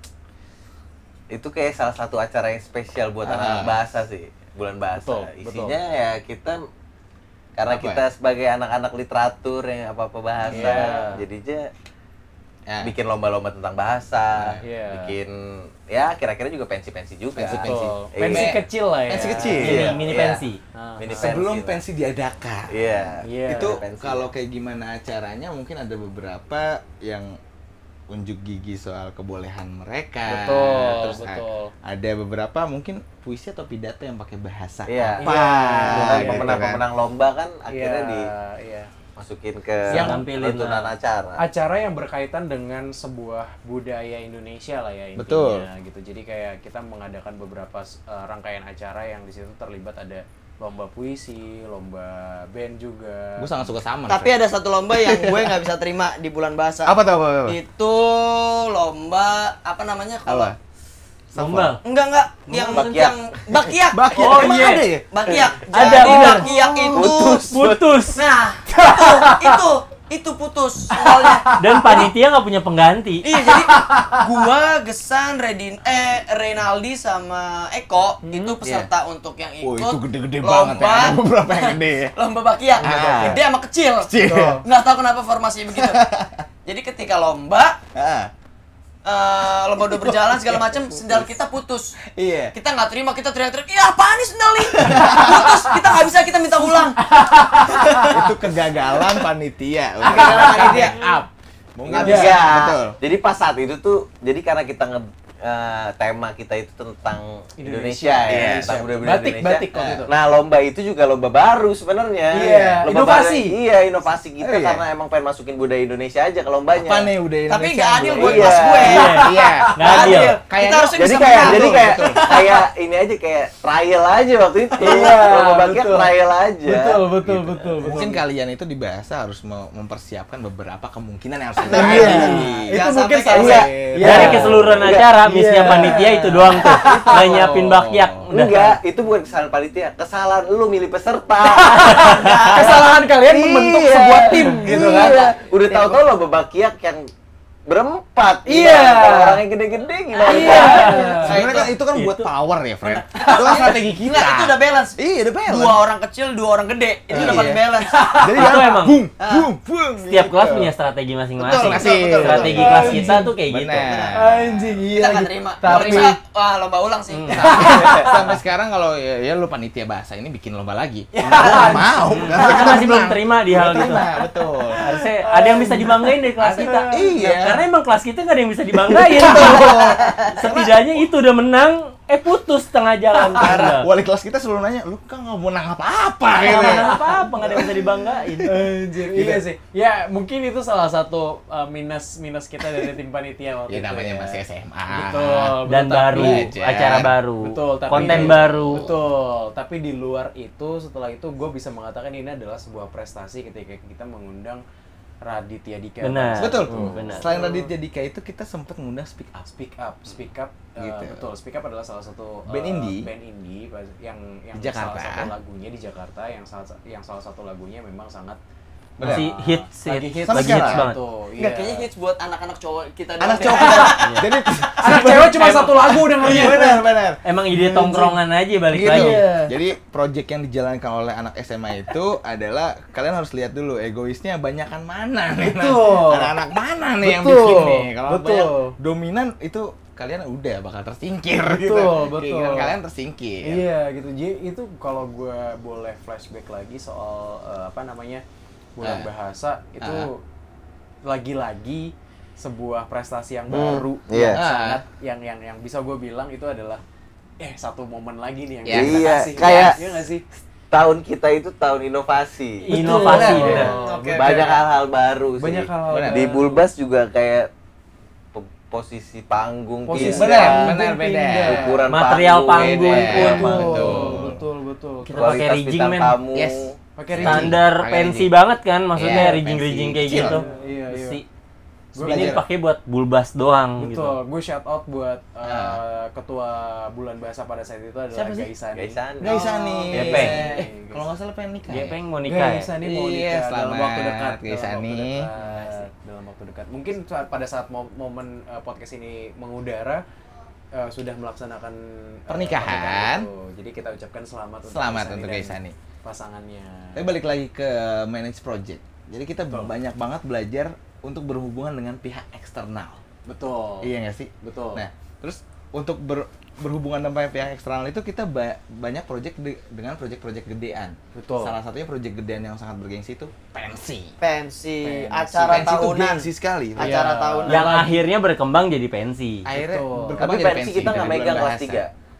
Speaker 1: itu kayak salah satu acara yang spesial buat
Speaker 2: Ah.
Speaker 1: anak bahasa sih, bulan bahasa.
Speaker 3: Betul,
Speaker 1: Isinya ya kita karena
Speaker 2: Apa
Speaker 1: kita
Speaker 2: ya?
Speaker 1: sebagai anak-anak literatur yang apa-apa bahasa,
Speaker 3: Iya.
Speaker 1: jadinya
Speaker 2: Ya.
Speaker 1: bikin lomba-lomba tentang bahasa,
Speaker 3: Iya.
Speaker 1: bikin ya kira-kira juga pensi-pensi juga.
Speaker 2: Pensi-pensi.
Speaker 3: Betul.
Speaker 1: Iya.
Speaker 3: Pensi kecil lah ya.
Speaker 2: Pensi kecil.
Speaker 4: Mini,
Speaker 1: Iya,
Speaker 4: mini
Speaker 1: iya.
Speaker 4: pensi.
Speaker 3: Ah.
Speaker 1: Mini
Speaker 2: Sebelum
Speaker 1: lah.
Speaker 2: pensi diadakan.
Speaker 1: Iya.
Speaker 3: Iya.
Speaker 2: Itu
Speaker 1: pensi.
Speaker 2: kalau kayak gimana acaranya mungkin ada beberapa yang unjuk gigi soal kebolehan mereka.
Speaker 3: Betul,
Speaker 2: Terus a-
Speaker 3: betul.
Speaker 2: ada beberapa mungkin puisi atau pidato yang pakai bahasa
Speaker 1: Iya.
Speaker 2: apa
Speaker 3: Iya.
Speaker 1: Dan
Speaker 2: gitu
Speaker 1: pemenang-pemenang lomba kan akhirnya
Speaker 3: Iya,
Speaker 1: di
Speaker 3: iya.
Speaker 1: masukin ke
Speaker 3: Yang
Speaker 4: tampilin
Speaker 1: tuntunan
Speaker 4: lah.
Speaker 1: acara.
Speaker 3: acara yang berkaitan dengan sebuah budaya Indonesia lah ya intinya
Speaker 2: Betul.
Speaker 3: gitu. Jadi kayak kita mengadakan beberapa uh, rangkaian acara yang di situ terlibat ada lomba puisi, lomba band juga.
Speaker 2: Gue sangat suka sama.
Speaker 5: Tapi ada satu lomba yang gue nggak bisa terima di bulan bahasa.
Speaker 2: apa tuh? Apa, apa?
Speaker 5: Itu lomba apa namanya? Kalau
Speaker 2: Apa?
Speaker 4: Lomba.
Speaker 5: enggak enggak yang
Speaker 1: Bakiak.
Speaker 5: yang bakiak.
Speaker 2: Bakiak.
Speaker 5: Oh
Speaker 2: Emang
Speaker 5: iya.
Speaker 2: ada ya?
Speaker 5: Bakiak.
Speaker 4: Ada,
Speaker 5: Jadi
Speaker 4: bener.
Speaker 5: bakiak itu
Speaker 4: Putus.
Speaker 5: Nah, itu itu itu putus soalnya.
Speaker 4: Dan panitia nggak punya pengganti.
Speaker 5: Iya, jadi gua, Gesan, Redin, eh Renaldi sama Eko itu peserta untuk yang ikut.
Speaker 2: Oh, itu gede-gede
Speaker 5: lomba,
Speaker 2: banget ya. Ada beberapa yang gede ya.
Speaker 5: Lomba bakiak.
Speaker 2: Ah.
Speaker 5: Gede sama kecil.
Speaker 2: Kecil.
Speaker 5: Nggak tahu kenapa formasinya begitu. Jadi ketika lomba,
Speaker 2: Ah,
Speaker 5: eh, lomba udah berjalan segala macam, sendal kita putus.
Speaker 2: iya.
Speaker 5: Kita nggak terima, kita teriak-teriak, iya apaan nih sendal nih? Putus, kita nggak bisa, kita minta ulang.
Speaker 2: Itu kegagalan panitia.
Speaker 5: Kegagalan panitia.
Speaker 2: Up. Mau nggak
Speaker 1: Iya.
Speaker 2: bisa. Betul.
Speaker 1: Jadi pas saat itu tuh, jadi karena kita nge eh, tema kita itu tentang Indonesia,
Speaker 3: Indonesia,
Speaker 1: ya,
Speaker 3: Indonesia.
Speaker 1: tentang budaya-budaya
Speaker 3: Batik,
Speaker 1: Indonesia.
Speaker 3: batik waktu itu.
Speaker 1: Nah, lomba itu juga lomba baru sebenarnya.
Speaker 3: Iya,
Speaker 1: Lomba
Speaker 3: inovasi.
Speaker 1: baru- iya, inovasi kita
Speaker 2: Oh, iya.
Speaker 1: karena emang pengen masukin budaya Indonesia aja ke lombanya.
Speaker 2: Apa nih udah
Speaker 5: Tapi
Speaker 2: Indonesia?
Speaker 5: nggak adil
Speaker 2: bro?
Speaker 5: buat
Speaker 1: Iya.
Speaker 5: kelas gue.
Speaker 2: Iya, iya.
Speaker 4: Nggak adil.
Speaker 5: Kita
Speaker 2: Kayaknya-
Speaker 5: harusnya
Speaker 1: Jadi
Speaker 5: bisa
Speaker 1: kayak
Speaker 5: menang.
Speaker 1: jadi
Speaker 2: Betul,
Speaker 1: kayak
Speaker 2: betul.
Speaker 1: kayak ini aja kayak trial aja waktu itu.
Speaker 3: Iya,
Speaker 1: Lomba bakiak
Speaker 3: betul.
Speaker 1: trial aja.
Speaker 3: Betul, betul, betul, betul.
Speaker 2: Mungkin kalian itu di bahasa harus mau mempersiapkan beberapa kemungkinan yang harus
Speaker 3: Iya.
Speaker 2: terjadi.
Speaker 3: Itu
Speaker 5: Jangan
Speaker 3: mungkin
Speaker 5: sampai
Speaker 3: salah.
Speaker 1: kayak-
Speaker 3: Iya.
Speaker 4: Dari keseluruhan
Speaker 1: Enggak.
Speaker 4: acara, misinya
Speaker 3: Iya.
Speaker 4: panitia itu doang tuh. Nggak nyiapin bakyak. Udah.
Speaker 1: Enggak, itu bukan kesalahan panitia, kesalahan lu milih peserta.
Speaker 3: Kesalahan kalian membentuk
Speaker 1: Iya.
Speaker 3: sebuah tim gitu kan.
Speaker 1: Iya. Udah tahu-tahu lo bebakiak yang berempat.
Speaker 3: Iya.
Speaker 1: Gimana? Kalau orangnya gede-gede gimana?
Speaker 3: Iya.
Speaker 2: Sebenarnya kan itu kan buat power ya, Fred. Itu kan strategi kita.
Speaker 5: Enggak, itu udah balance.
Speaker 2: Iya, udah balance.
Speaker 5: Dua orang kecil, dua orang gede. Itu
Speaker 2: Iya.
Speaker 5: dapat balance.
Speaker 2: Jadi
Speaker 4: Itu
Speaker 2: kan
Speaker 4: emang.
Speaker 2: bung, bung, bung.
Speaker 4: Setiap
Speaker 2: gitu.
Speaker 4: kelas punya strategi masing-masing.
Speaker 5: Betul, betul, betul,
Speaker 4: Strategi
Speaker 3: betul.
Speaker 4: kelas kita tuh kayak gitu.
Speaker 2: Benar.
Speaker 3: Anjing, iya.
Speaker 5: Kita nggak
Speaker 3: gitu.
Speaker 5: terima.
Speaker 3: Tapi
Speaker 5: Terima, wah lomba ulang sih.
Speaker 2: Hmm. Sampai, sampai sekarang kalau ya, ya lu panitia bahasa ini bikin lomba lagi. Gua nggak mau.
Speaker 4: Kita masih belum terima di hal gitu.
Speaker 2: Nah, betul.
Speaker 4: Harusnya ada yang bisa dibanggain dari kelas kita.
Speaker 2: Iya.
Speaker 4: Karena emang kelas kita nggak ada yang bisa dibanggain. Setidaknya itu udah menang, eh putus tengah jalan. Karena
Speaker 2: Wali kelas kita selalu nanya, lu kan nggak mau menang apa-apa
Speaker 4: nggak
Speaker 2: gitu.
Speaker 4: menang apa-apa, nggak ada yang bisa dibanggain.
Speaker 3: Anjir, iya sih. Ya, mungkin itu salah satu uh, minus minus kita dari tim panitia waktu
Speaker 2: Ya
Speaker 3: itu.
Speaker 2: namanya
Speaker 3: ya.
Speaker 2: masih S M A.
Speaker 3: Betul,
Speaker 4: Dan
Speaker 3: betul,
Speaker 4: baru,
Speaker 3: tapi-
Speaker 2: belajar.
Speaker 4: acara baru,
Speaker 3: Betul, tapi
Speaker 4: konten
Speaker 3: di-
Speaker 4: baru.
Speaker 3: Betul, tapi di luar itu setelah itu gue bisa mengatakan ini adalah sebuah prestasi ketika kita mengundang Raditya Dika.
Speaker 4: Benar.
Speaker 2: Betul.
Speaker 3: Hmm,
Speaker 4: benar.
Speaker 2: Selain Raditya Dika itu kita sempat ngundang Speak Up.
Speaker 3: Speak Up, Speak Up, uh,
Speaker 2: Gitu.
Speaker 3: betul. Speak Up adalah salah satu uh,
Speaker 2: Band indie.
Speaker 3: band indie pas- yang yang
Speaker 2: Di Jakarta.
Speaker 3: salah satu lagunya di Jakarta yang salah yang salah satu lagunya memang sangat
Speaker 4: Masih
Speaker 3: uh,
Speaker 4: hits,
Speaker 3: lagi
Speaker 4: hits,
Speaker 3: hits,
Speaker 2: Sampai
Speaker 4: lagi hits
Speaker 2: sekarang.
Speaker 4: banget.
Speaker 3: Tuh,
Speaker 5: Enggak,
Speaker 3: iya.
Speaker 5: kayaknya hits buat anak-anak cowok kita
Speaker 2: Anak
Speaker 5: doang
Speaker 2: cowok
Speaker 5: deh.
Speaker 2: kita. Jadi
Speaker 3: Anak cewek cuma satu lagu dengannya.
Speaker 2: benar, benar.
Speaker 4: Emang ide tongkrongan aja balik
Speaker 2: Gitu.
Speaker 4: lagi.
Speaker 3: Iya.
Speaker 2: Jadi project yang dijalankan oleh anak S M A itu adalah kalian harus lihat dulu egoisnya banyakan mana nih.
Speaker 3: Betul.
Speaker 2: Anak-anak mana nih yang
Speaker 3: Betul.
Speaker 2: bikin nih. Kalau
Speaker 3: Betul.
Speaker 2: banyak dominan itu kalian udah bakal tersingkir gitu.
Speaker 3: Betul, betul.
Speaker 2: Keinginan kalian tersingkir.
Speaker 3: Iya gitu. Jadi itu kalau gue boleh flashback lagi soal uh, apa namanya bulan
Speaker 2: Ah.
Speaker 3: bahasa itu
Speaker 2: Ah.
Speaker 3: lagi-lagi sebuah prestasi yang
Speaker 1: Hmm,
Speaker 3: baru
Speaker 1: iya.
Speaker 3: yang
Speaker 2: Ah.
Speaker 3: sangat yang yang yang bisa gue bilang itu adalah eh satu momen lagi nih yang
Speaker 2: Ya.
Speaker 3: kita
Speaker 1: Iya,
Speaker 3: kasih.
Speaker 1: kayak-
Speaker 3: Iya nggak sih?
Speaker 1: Tahun kita itu tahun inovasi.
Speaker 4: Inovasi,
Speaker 3: Betul.
Speaker 4: benar.
Speaker 5: Oke,
Speaker 1: Banyak
Speaker 5: oke.
Speaker 1: hal-hal baru sih.
Speaker 3: Banyak hal
Speaker 2: Benar.
Speaker 1: Di Bulbas juga kayak pe- posisi panggung
Speaker 3: Posisi
Speaker 1: pindah,
Speaker 2: benar,
Speaker 3: panggung
Speaker 2: benar, beda.
Speaker 3: pindah.
Speaker 1: ukuran
Speaker 4: Material panggung
Speaker 2: beda.
Speaker 4: pun.
Speaker 2: Betul.
Speaker 3: Betul, betul, betul.
Speaker 4: Kita pakai
Speaker 1: kualitas
Speaker 4: rigging,
Speaker 1: bintang
Speaker 4: men.
Speaker 1: tamu.
Speaker 2: Yes.
Speaker 3: Pakai rigging.
Speaker 4: Standar
Speaker 2: Pakai
Speaker 4: pensi
Speaker 2: rigging.
Speaker 4: banget kan, maksudnya
Speaker 2: Iya,
Speaker 4: rigging-rigging
Speaker 2: pensi
Speaker 4: kayak
Speaker 2: kecil.
Speaker 4: gitu.
Speaker 3: Iya, iya.
Speaker 4: Si
Speaker 3: Gua
Speaker 4: ini
Speaker 2: belajar.
Speaker 4: pakai buat bulbas doang gitu.
Speaker 3: Betul, gue shout out buat uh,
Speaker 2: Ah.
Speaker 3: ketua bulan bahasa pada saat itu adalah
Speaker 4: Siapa sih?
Speaker 3: Gaisani.
Speaker 1: Gaisani.
Speaker 2: Gaisani.
Speaker 4: Gepeng.
Speaker 2: Eh, kalau nggak salah pengen nikah.
Speaker 4: Dia
Speaker 2: ya?
Speaker 4: pengen mau nikah ya?
Speaker 3: Gaisani mau
Speaker 2: Iya,
Speaker 3: nikah dalam
Speaker 2: selamat,
Speaker 3: waktu dekat. Dalam
Speaker 2: Gaisani.
Speaker 3: waktu dekat. Dalam waktu dekat. Mungkin saat, pada saat mo- momen uh, podcast ini mengudara uh, sudah melaksanakan uh,
Speaker 2: Pernikahan.
Speaker 3: itu. Jadi kita ucapkan selamat untuk
Speaker 2: Selamat
Speaker 3: Gaisani
Speaker 2: untuk
Speaker 3: dan
Speaker 2: Gaisani.
Speaker 3: pasangannya.
Speaker 2: Tapi balik lagi ke manage project. Jadi kita
Speaker 3: Betul.
Speaker 2: banyak banget belajar untuk berhubungan dengan pihak eksternal.
Speaker 3: Betul.
Speaker 2: Iya nggak sih?
Speaker 3: Betul.
Speaker 2: Nah, terus untuk ber- berhubungan dengan pihak eksternal itu kita ba- banyak project de- dengan project-project gedean.
Speaker 3: Betul.
Speaker 2: Salah satunya project gedean yang sangat bergengsi itu pensi.
Speaker 5: Pensi,
Speaker 3: Pensi.
Speaker 5: acara
Speaker 2: Pensi itu
Speaker 5: tahunan.
Speaker 2: gengsi sekali.
Speaker 5: Acara
Speaker 3: Iya.
Speaker 5: tahunan.
Speaker 4: Yang akhirnya berkembang jadi pensi.
Speaker 2: Akhirnya
Speaker 3: Betul.
Speaker 2: berkembang
Speaker 1: Tapi
Speaker 2: jadi
Speaker 1: pensi kita nggak
Speaker 2: dari
Speaker 1: megang
Speaker 2: bulan
Speaker 1: kelas
Speaker 2: bahasa.
Speaker 1: tiga.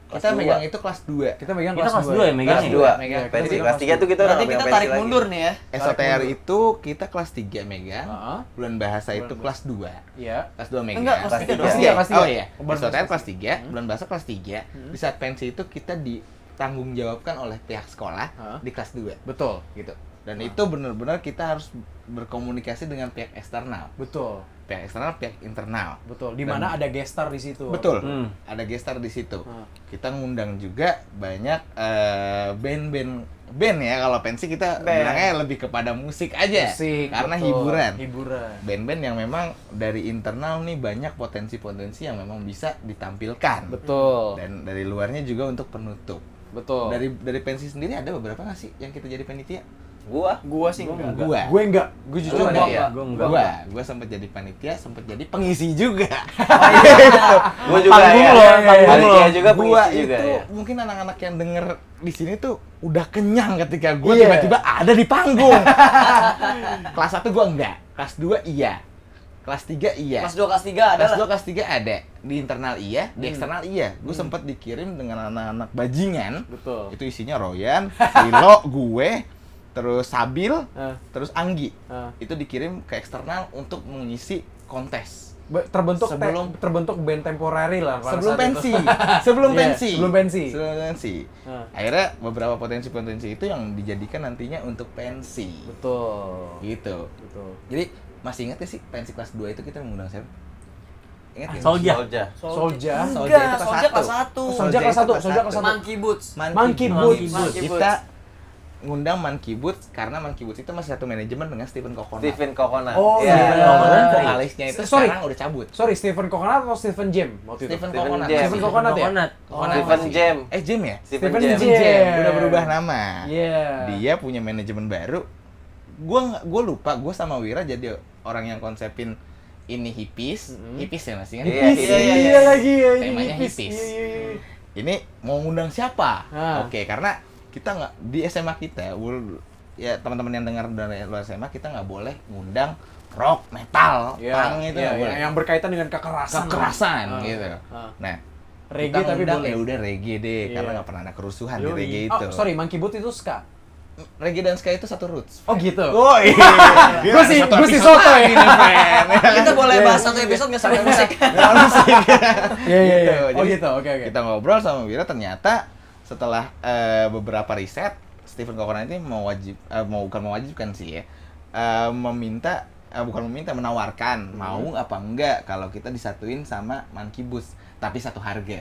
Speaker 2: Kita megang itu kelas dua.
Speaker 3: Kita megang
Speaker 4: Kita
Speaker 3: kelas
Speaker 4: kelas
Speaker 3: dua
Speaker 4: dua ya megang
Speaker 1: Kelas
Speaker 4: ya?
Speaker 1: dua,
Speaker 3: Megang.
Speaker 1: pensi.
Speaker 3: Kita
Speaker 1: Kelas tiga tuh kita udah
Speaker 5: Berarti
Speaker 1: nggak
Speaker 5: kita
Speaker 1: megang
Speaker 5: tarik
Speaker 1: pensi lagi.
Speaker 5: mundur nih ya.
Speaker 2: S O T R itu kita kelas tiga megang.
Speaker 3: Heeh.
Speaker 2: Bulan bahasa
Speaker 3: Bulan
Speaker 2: itu
Speaker 3: bahasa.
Speaker 2: kelas dua.
Speaker 3: Iya.
Speaker 2: Kelas dua megang.
Speaker 5: Enggak, kelas
Speaker 1: Kelas
Speaker 5: tiga
Speaker 1: tiga.
Speaker 5: dong.
Speaker 3: Kelas tiga, kelas tiga.
Speaker 2: Oh iya.
Speaker 3: Bulan
Speaker 2: S O T R
Speaker 3: bahasa
Speaker 2: kelas tiga,
Speaker 3: Hmm.
Speaker 2: bulan bahasa kelas tiga. Di saat pensi itu kita ditanggung jawabkan oleh pihak sekolah
Speaker 3: Hah?
Speaker 2: di kelas dua.
Speaker 3: Betul.
Speaker 2: Gitu. Dan itu benar-benar kita harus berkomunikasi dengan pihak eksternal.
Speaker 3: Betul.
Speaker 2: Pihak eksternal, pihak internal.
Speaker 3: Betul. Di mana ada gestar di situ.
Speaker 2: Betul.
Speaker 4: Hmm.
Speaker 2: Ada gestar di situ.
Speaker 3: Hmm.
Speaker 2: Kita ngundang juga banyak eh, band-band band ya, kalau pensi kita
Speaker 5: Band.
Speaker 2: bilangnya lebih kepada musik aja.
Speaker 3: Musik,
Speaker 2: karena
Speaker 3: betul.
Speaker 2: hiburan.
Speaker 3: Hiburan.
Speaker 2: Band-band yang memang dari internal nih banyak potensi-potensi yang memang bisa ditampilkan.
Speaker 3: Betul.
Speaker 2: Dan dari luarnya juga untuk penutup.
Speaker 3: Betul.
Speaker 2: Dari dari pensi sendiri ada beberapa nggak sih yang kita jadi panitia?
Speaker 1: Gua
Speaker 5: Gua sih enggak.
Speaker 2: Gua.
Speaker 3: gue enggak. Gue jujur
Speaker 1: Lu
Speaker 3: enggak.
Speaker 1: ada ya?
Speaker 4: Gua enggak.
Speaker 2: Gua, gua sempat jadi panitia, sempat jadi pengisi juga.
Speaker 1: gua juga
Speaker 4: Panggung
Speaker 1: ya.
Speaker 4: lo, panggung
Speaker 1: Panitia
Speaker 4: lo.
Speaker 1: juga
Speaker 2: Gua
Speaker 1: pengisi juga
Speaker 2: itu
Speaker 1: ya.
Speaker 2: mungkin anak-anak yang denger di sini tuh udah kenyang ketika gua
Speaker 3: Iya.
Speaker 2: tiba-tiba ada di panggung. Kelas satu gua enggak, kelas dua iya. Kelas tiga iya.
Speaker 5: Kelas dua, kelas tiga ada
Speaker 2: Kelas
Speaker 5: lah.
Speaker 2: dua, kelas tiga ada. Di internal iya, di eksternal iya. Gue sempat dikirim dengan anak-anak bajingan.
Speaker 3: Betul.
Speaker 2: Itu isinya Royan, Lilo, gue, terus Sabil,
Speaker 3: Eh,
Speaker 2: terus Anggi.
Speaker 3: eh.
Speaker 2: Itu dikirim ke eksternal untuk mengisi kontes.
Speaker 3: Be- terbentuk te-
Speaker 2: Sebelum-
Speaker 3: terbentuk band temporary lah pada
Speaker 2: Sebelum
Speaker 3: saat
Speaker 2: pensi,
Speaker 3: itu.
Speaker 2: sebelum
Speaker 3: Iya,
Speaker 2: pensi.
Speaker 3: sebelum pensi.
Speaker 2: Sebelum pensi.
Speaker 3: Ah.
Speaker 2: Akhirnya beberapa potensi-potensi itu yang dijadikan nantinya untuk pensi.
Speaker 3: Betul.
Speaker 2: Gitu.
Speaker 3: Betul.
Speaker 2: Jadi masih ingat gak sih pensi kelas dua itu kita mengundang siapa? Ingat nggak?
Speaker 4: Solja.
Speaker 1: Solja.
Speaker 3: Solja.
Speaker 2: Solja itu
Speaker 5: Enggak,
Speaker 2: kelas
Speaker 5: Solja
Speaker 2: satu.
Speaker 5: kelas satu.
Speaker 3: Oh, Solja kelas satu, Solja kelas satu.
Speaker 5: Monkey Boots.
Speaker 3: Monkey
Speaker 2: Boots.
Speaker 3: Boots.
Speaker 5: Monkey
Speaker 2: Kita ngundang Monkey Boots karena Monkey Boots itu masih satu manajemen dengan Stephen Coconut.
Speaker 1: Stephen Coconut.
Speaker 3: Oh,
Speaker 1: Iya.
Speaker 3: Stephen
Speaker 2: Dan
Speaker 3: Coconut.
Speaker 2: vokalisnya itu
Speaker 3: Sorry.
Speaker 2: sekarang udah cabut.
Speaker 3: Sorry, Stephen Coconut atau Stephen Jam waktu itu?
Speaker 2: Stephen
Speaker 1: Stephen
Speaker 2: Coconut.
Speaker 1: Jam.
Speaker 3: Stephen Coconut ya?
Speaker 4: Coconut.
Speaker 2: Coconut
Speaker 1: Stephen
Speaker 2: masih.
Speaker 1: Jam.
Speaker 2: Eh Jam ya?
Speaker 1: Stephen
Speaker 3: Stephen
Speaker 1: Jam.
Speaker 3: Jam.
Speaker 2: Jam. Udah berubah nama.
Speaker 3: Iya.
Speaker 2: Dia punya manajemen baru. Gua nggak- gua lupa, gua sama Wira jadi orang yang konsepin ini hippies,
Speaker 3: Mm-mm.
Speaker 2: hippies ya masih kan?
Speaker 1: Iya,
Speaker 3: Hippies,
Speaker 1: iya, iya,
Speaker 3: iya lagi ya. ini
Speaker 2: Temanya
Speaker 3: hippies.
Speaker 2: hippies.
Speaker 3: Iya, iya, iya.
Speaker 2: Ini mau ngundang siapa?
Speaker 3: Ah.
Speaker 2: Oke, karena kita nggak di S M A kita, wul- ya teman-teman yang dengar dari luar S M A kita nggak boleh ngundang rock, metal,
Speaker 3: Iya,
Speaker 2: punk itu
Speaker 3: iya,
Speaker 2: nggak
Speaker 3: iya.
Speaker 2: boleh.
Speaker 3: Yang berkaitan dengan kekerasan.
Speaker 2: Kekerasan
Speaker 3: Ah.
Speaker 2: gitu.
Speaker 3: Ah.
Speaker 2: Nah,
Speaker 3: Reggae
Speaker 2: kita
Speaker 3: tapi
Speaker 2: ngundang,
Speaker 3: boleh.
Speaker 2: ya udah reggae deh,
Speaker 3: Iya.
Speaker 2: karena nggak pernah ada kerusuhan di
Speaker 3: Yoi.
Speaker 2: reggae
Speaker 3: Oh,
Speaker 2: itu.
Speaker 3: sorry, Monkey Boots itu ska.
Speaker 2: Reggae dan ska itu satu roots.
Speaker 3: Oh gitu.
Speaker 2: Oh iya.
Speaker 3: Gua sih-
Speaker 2: Satu
Speaker 3: gua sih
Speaker 2: episode
Speaker 3: soto ya.
Speaker 2: lagi nih, friend.
Speaker 5: Kita boleh
Speaker 3: Iya.
Speaker 5: bahas satu episode nggak sampai musik.
Speaker 2: Nggak musik.
Speaker 3: Iya, iya, iya.
Speaker 2: Gitu.
Speaker 3: Oh
Speaker 2: Jadi,
Speaker 3: gitu, oke, oke.
Speaker 2: Kita ngobrol sama Wira, ternyata setelah eh, beberapa riset, Stephen Coconut ini mau wajib, eh, mau bukan mewajibkan sih ya, eh, meminta, eh, bukan meminta, menawarkan,
Speaker 3: Hmm.
Speaker 2: mau apa enggak kalau kita disatuin sama Monkey Boots, tapi satu harga.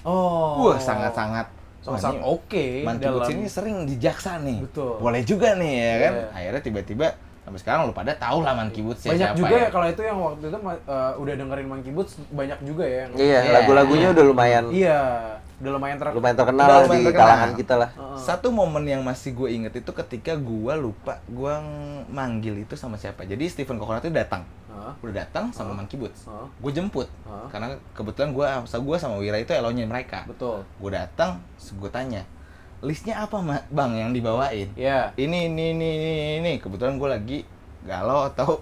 Speaker 3: Oh.
Speaker 2: Wah, sangat-sangat. wah,
Speaker 3: sangat
Speaker 2: ini
Speaker 3: oke
Speaker 2: Monkey
Speaker 3: dalam
Speaker 2: Boots ini sering dijaksa nih.
Speaker 3: Betul.
Speaker 2: Boleh juga nih ya kan.
Speaker 3: Iya.
Speaker 2: Akhirnya tiba-tiba sampai sekarang lu pada tahu lah Monkey Boots ya
Speaker 3: banyak
Speaker 2: siapa
Speaker 3: juga
Speaker 2: ya.
Speaker 3: ya kalau itu yang waktu itu uh, udah dengerin Monkey Boots banyak juga ya yang
Speaker 1: Iya,
Speaker 2: Iya.
Speaker 1: lagu-lagunya udah lumayan
Speaker 3: iya udah lumayan ter
Speaker 1: lumayan terkenal
Speaker 2: Udah
Speaker 1: lah
Speaker 2: lumayan
Speaker 1: di
Speaker 2: terkenal.
Speaker 1: kalangan kita lah.
Speaker 3: Heeh.
Speaker 2: Satu momen yang masih gue inget itu ketika gue lupa gue manggil itu sama siapa. Jadi Stephen Coconut itu datang,
Speaker 3: Heeh.
Speaker 2: udah datang sama Monkey Boots.
Speaker 3: Heeh.
Speaker 2: Gue jemput
Speaker 3: Heeh.
Speaker 2: karena kebetulan gue, gue sama Wira itu elonya mereka.
Speaker 3: betul
Speaker 2: Gue datang, gue tanya listnya apa Ma- bang yang dibawain.
Speaker 3: ya
Speaker 2: Ini ini ini ini, ini. Kebetulan gue lagi galau atau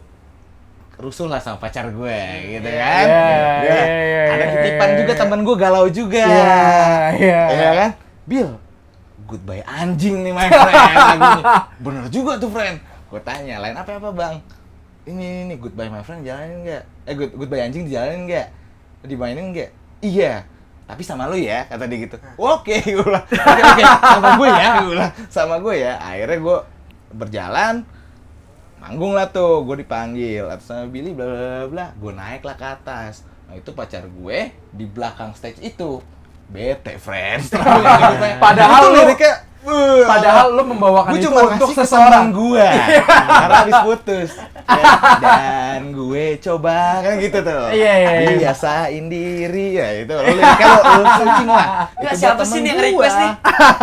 Speaker 2: rusuh lah sama pacar gue gitu kan.
Speaker 3: Iya,
Speaker 2: Ya,
Speaker 3: iya, iya,
Speaker 2: ada
Speaker 3: iya,
Speaker 2: titipan
Speaker 3: iya,
Speaker 2: juga
Speaker 3: iya.
Speaker 2: temen gue galau juga.
Speaker 3: iya iya
Speaker 2: Iya kan? Bill, goodbye anjing nih my friend lagunya. Bener juga tuh friend. Gue tanya, lain apa apa bang? Ini ini, ini goodbye my friend jalanin nggak? Eh good, goodbye anjing dijalanin nggak? Dimainin nggak? Iya. Tapi sama lu ya, kata dia gitu. Oke, gue bilang. Oke, oke, sama gue ya, gue bilang. Sama gue ya. Akhirnya gue berjalan, manggung lah tuh, gue dipanggil. Atas sama Billy, bla bla bla bla. Gue naik lah ke atas. Nah itu pacar gue di belakang stage itu. Bete, friends.
Speaker 3: Padahal
Speaker 2: Itu
Speaker 3: lu-
Speaker 2: liriknya, uh,
Speaker 3: padahal lu membawakan
Speaker 2: gue
Speaker 3: itu
Speaker 2: cuma
Speaker 3: untuk
Speaker 2: ngasih ke
Speaker 3: seseorang
Speaker 2: teman gue karena habis putus. Ya, dan gue coba kan gitu tuh.
Speaker 3: Iya, iya, iya.
Speaker 2: Biasain diri ya itu. Lo liriknya lo, lo searching lah.
Speaker 5: Ya,
Speaker 2: Itu
Speaker 5: siapa
Speaker 2: buat
Speaker 5: sih
Speaker 2: temen
Speaker 5: nih yang
Speaker 2: gua.
Speaker 5: request nih?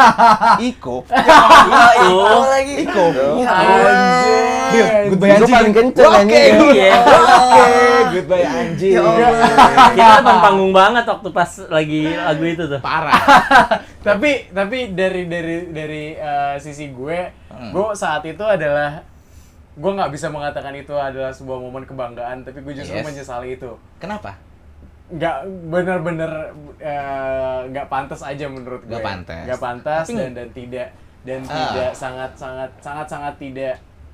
Speaker 2: Iko.
Speaker 5: Iya, itu lagi.
Speaker 2: Iko.
Speaker 5: Ya,
Speaker 3: anjing
Speaker 2: Bill, goodbye
Speaker 1: Gua
Speaker 2: anjing.
Speaker 1: paling kenceng,
Speaker 2: Oke,
Speaker 1: anjing.
Speaker 2: Oke, goodbye anjing.
Speaker 5: Ya Allah.
Speaker 4: Kita depan panggung banget waktu pas lagi lagu itu tuh.
Speaker 2: Parah.
Speaker 3: tapi tapi dari dari dari uh, sisi gue
Speaker 2: Hmm.
Speaker 3: gue saat itu adalah gue nggak bisa mengatakan itu adalah sebuah momen kebanggaan tapi gue justru
Speaker 2: Yes.
Speaker 3: menyesali itu
Speaker 2: Kenapa?
Speaker 3: nggak bener-bener eh, nggak pantas aja menurut gue.
Speaker 2: Nggak pantas.
Speaker 3: Nggak pantas
Speaker 2: Tapi-
Speaker 3: dan dan tidak dan
Speaker 2: Ah.
Speaker 3: tidak sangat sangat sangat sangat tidak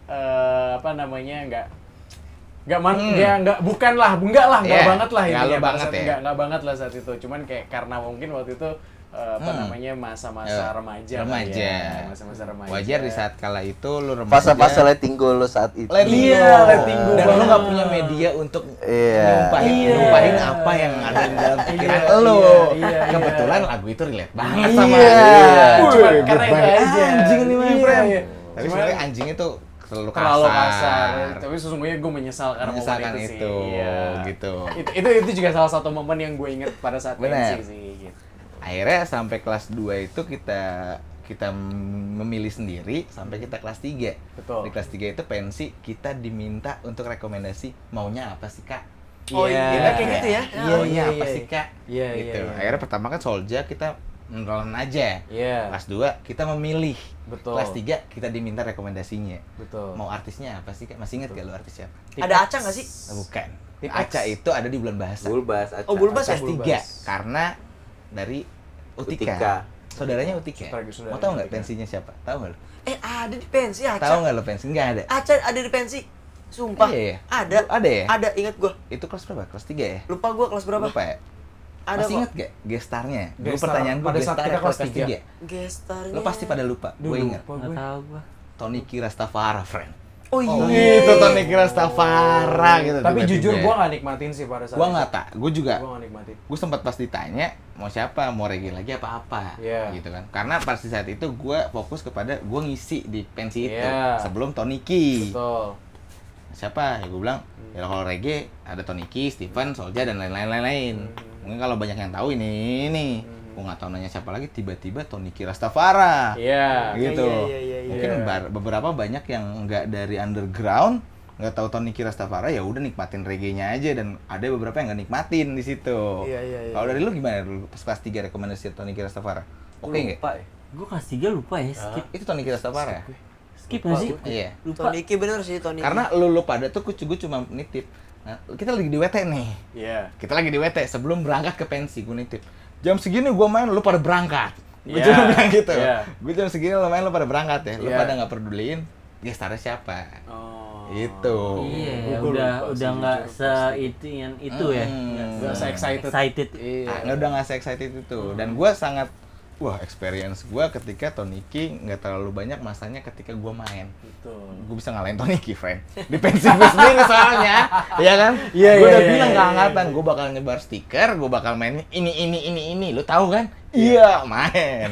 Speaker 3: eh, apa namanya nggak nggak man
Speaker 2: Hmm.
Speaker 3: ya nggak bukan lah enggak lah nggak
Speaker 2: Iya,
Speaker 3: banget lah
Speaker 2: nggak
Speaker 3: intinya
Speaker 2: lo
Speaker 3: pada
Speaker 2: banget
Speaker 3: saat-
Speaker 2: ya.
Speaker 3: nggak nggak banget lah saat itu cuman kayak karena mungkin waktu itu eh, apa
Speaker 2: Hmm.
Speaker 3: namanya masa-masa
Speaker 2: Ya,
Speaker 3: remaja kali
Speaker 2: remaja.
Speaker 3: ya. Masa-masa remaja
Speaker 2: Wajar di saat kala itu lu remaja.
Speaker 1: Fase-fase letting go lo saat itu.
Speaker 2: letting
Speaker 3: Iya,
Speaker 2: go.
Speaker 3: letting go
Speaker 2: Dan lu
Speaker 3: banget.
Speaker 2: nggak punya media untuk
Speaker 1: Iya.
Speaker 2: numpahin,
Speaker 3: Iya.
Speaker 2: numpahin apa yang ada di dalam pikiran
Speaker 3: Iya,
Speaker 2: lu.
Speaker 3: iya, iya,
Speaker 2: Kebetulan
Speaker 3: iya.
Speaker 2: lagu itu relate banget
Speaker 3: Iya.
Speaker 2: sama
Speaker 3: Iya.
Speaker 2: Wih,
Speaker 3: Cuma karena itu
Speaker 2: goodbye
Speaker 3: aja.
Speaker 2: anjing nih my
Speaker 3: Iya,
Speaker 2: friend.
Speaker 3: iya.
Speaker 2: Tapi
Speaker 3: Cuma-
Speaker 2: sebenarnya anjing itu terlalu kasar.
Speaker 3: terlalu kasar. Tapi sesungguhnya gue menyesal karena
Speaker 2: Menyesalkan
Speaker 3: momen itu,
Speaker 2: itu,
Speaker 3: sih. Iya.
Speaker 2: gitu.
Speaker 3: Itu, itu itu juga salah satu momen yang gue inget pada saat
Speaker 2: Bener.
Speaker 3: pensi sih. Gitu.
Speaker 2: Akhirnya sampai kelas dua itu kita kita memilih sendiri sampai kita kelas tiga.
Speaker 3: Betul.
Speaker 2: Di kelas tiga itu pensi kita diminta untuk rekomendasi maunya apa sih Kak?
Speaker 5: Oh
Speaker 3: Iya.
Speaker 5: iya, kayak gitu ya.
Speaker 3: Iya,
Speaker 2: Maunya
Speaker 3: iya,
Speaker 2: apa
Speaker 3: iya.
Speaker 2: sih Kak?
Speaker 3: Iya,
Speaker 2: gitu.
Speaker 3: iya, iya.
Speaker 2: Akhirnya pertama kan Solja kita ngerolan aja.
Speaker 3: Iya.
Speaker 2: Kelas dua kita memilih.
Speaker 3: Betul.
Speaker 2: Kelas tiga kita diminta rekomendasinya.
Speaker 3: Betul.
Speaker 2: Mau artisnya apa sih Kak? Masih inget gak lu artis siapa?
Speaker 5: Ada Aca nggak sih?
Speaker 2: Oh, bukan.
Speaker 3: Tip
Speaker 2: Aca
Speaker 3: X.
Speaker 2: itu ada di bulan bahasa.
Speaker 1: Bulbas, Aca.
Speaker 5: Oh, Bulbas ya?
Speaker 2: Kelas tiga karena dari Utika.
Speaker 1: Utika.
Speaker 2: Saudaranya Utika.
Speaker 3: Saudara- saudaranya
Speaker 2: Mau tahu nggak
Speaker 3: Utika.
Speaker 2: pensinya siapa? Tahu nggak lu?
Speaker 5: Eh ada di pensi Aca.
Speaker 2: Tahu nggak lu pensi? Nggak ada.
Speaker 5: Aca ada di pensi. Sumpah.
Speaker 2: Iya, iya.
Speaker 5: Ada.
Speaker 2: Ada ya?
Speaker 5: Ada, ingat gua.
Speaker 2: Itu kelas berapa? Kelas tiga ya?
Speaker 5: Lupa gua kelas berapa?
Speaker 2: Lupa ya?
Speaker 5: Ada
Speaker 2: Masih
Speaker 5: kok.
Speaker 2: inget gak gestarnya? Dulu
Speaker 3: Gestar
Speaker 2: pertanyaan gue
Speaker 3: pada saat
Speaker 2: gestar
Speaker 3: kita
Speaker 2: kelas
Speaker 3: kelas
Speaker 2: tiga.
Speaker 3: tiga.
Speaker 5: Gestarnya.
Speaker 2: Lo pasti pada lupa, gue
Speaker 3: Duh,
Speaker 2: inget.
Speaker 3: lupa
Speaker 4: Nggak
Speaker 3: gue.
Speaker 4: tahu gua.
Speaker 2: Tony Kirastafara, friend.
Speaker 5: Oh iya.
Speaker 2: Oh, itu Tony Kirastafara gitu.
Speaker 3: Tapi
Speaker 2: tiba-tiba.
Speaker 3: jujur gue gak nikmatin sih pada saat
Speaker 2: Gua
Speaker 3: itu.
Speaker 2: nggak tak, gue juga.
Speaker 3: Gue gak nikmatin.
Speaker 2: Gue sempat pas ditanya mau siapa, mau reggae lagi apa apa,
Speaker 3: Iya.
Speaker 2: gitu kan. Karena pas di saat itu gue fokus kepada gue ngisi di pensi itu
Speaker 3: Iya.
Speaker 2: sebelum Tony Ki.
Speaker 3: Betul.
Speaker 2: Siapa? Ya gue bilang, ya kalau reggae ada Tony Ki, Steven, Solja dan lain-lain lain-lain. Mungkin kalau banyak yang tahu ini nih. Gue nggak tahu nanya siapa lagi, tiba-tiba Tony Kirastafara.
Speaker 3: Iya.
Speaker 2: Gitu.
Speaker 5: Iya, iya, iya, iya.
Speaker 2: Mungkin
Speaker 3: Iya.
Speaker 2: bar- beberapa banyak yang nggak dari underground, nggak tahu Tony Kirastafara, ya udah nikmatin reggae-nya aja, dan ada beberapa yang nggak nikmatin di situ.
Speaker 5: Iya, iya, iya.
Speaker 2: Kalau dari lu gimana dulu pas kelas tiga rekomendasi Tony Kirastafara? Oke nggak?
Speaker 1: Lupa ya?
Speaker 4: Gua kelas tiga lupa ya, skip.
Speaker 2: Itu Tony Kirastafara.
Speaker 4: Skip nggak sih?
Speaker 2: Iya.
Speaker 4: Lupa.
Speaker 5: Tony Ki bener sih Tony.
Speaker 2: Karena lu lu pada tuh gue cuma nitip. Nah, kita lagi di W T nih.
Speaker 3: Iya.
Speaker 2: Kita lagi di W T sebelum berangkat ke pensi, gue nitip. Jam segini gue main, lu pada berangkat. Gue
Speaker 3: Iya.
Speaker 2: cuma bilang gitu.
Speaker 3: Iya.
Speaker 2: Gue jam segini lu main, lu pada berangkat ya. Lu
Speaker 3: Iya.
Speaker 2: pada nggak peduliin gestarnya siapa.
Speaker 3: Oh.
Speaker 2: Itu.
Speaker 4: Iya,
Speaker 3: Gua
Speaker 4: udah
Speaker 3: lupa
Speaker 4: udah
Speaker 3: sih,
Speaker 4: nggak
Speaker 3: jujur,
Speaker 4: se
Speaker 3: pasti.
Speaker 4: itu yang itu ya.
Speaker 2: Hmm.
Speaker 4: Nggak
Speaker 3: Nggak se-excited.
Speaker 4: excited.
Speaker 3: Iya.
Speaker 2: Ah, nggak udah nggak se-excited itu. Dan gue sangat, wah experience gue ketika Tony Ki nggak terlalu banyak masanya ketika gue main.
Speaker 3: Betul.
Speaker 2: Gue bisa ngalahin Tony Ki, friend. Di pensi gue sendiri soalnya, ya kan?
Speaker 3: Iya,
Speaker 2: Gue
Speaker 3: iya,
Speaker 2: udah
Speaker 3: iya,
Speaker 2: bilang
Speaker 3: iya,
Speaker 2: ke
Speaker 3: iya.
Speaker 2: angkatan, gue bakal nyebar stiker, gue bakal main ini, ini, ini, ini. Lu tahu kan? Iya, main.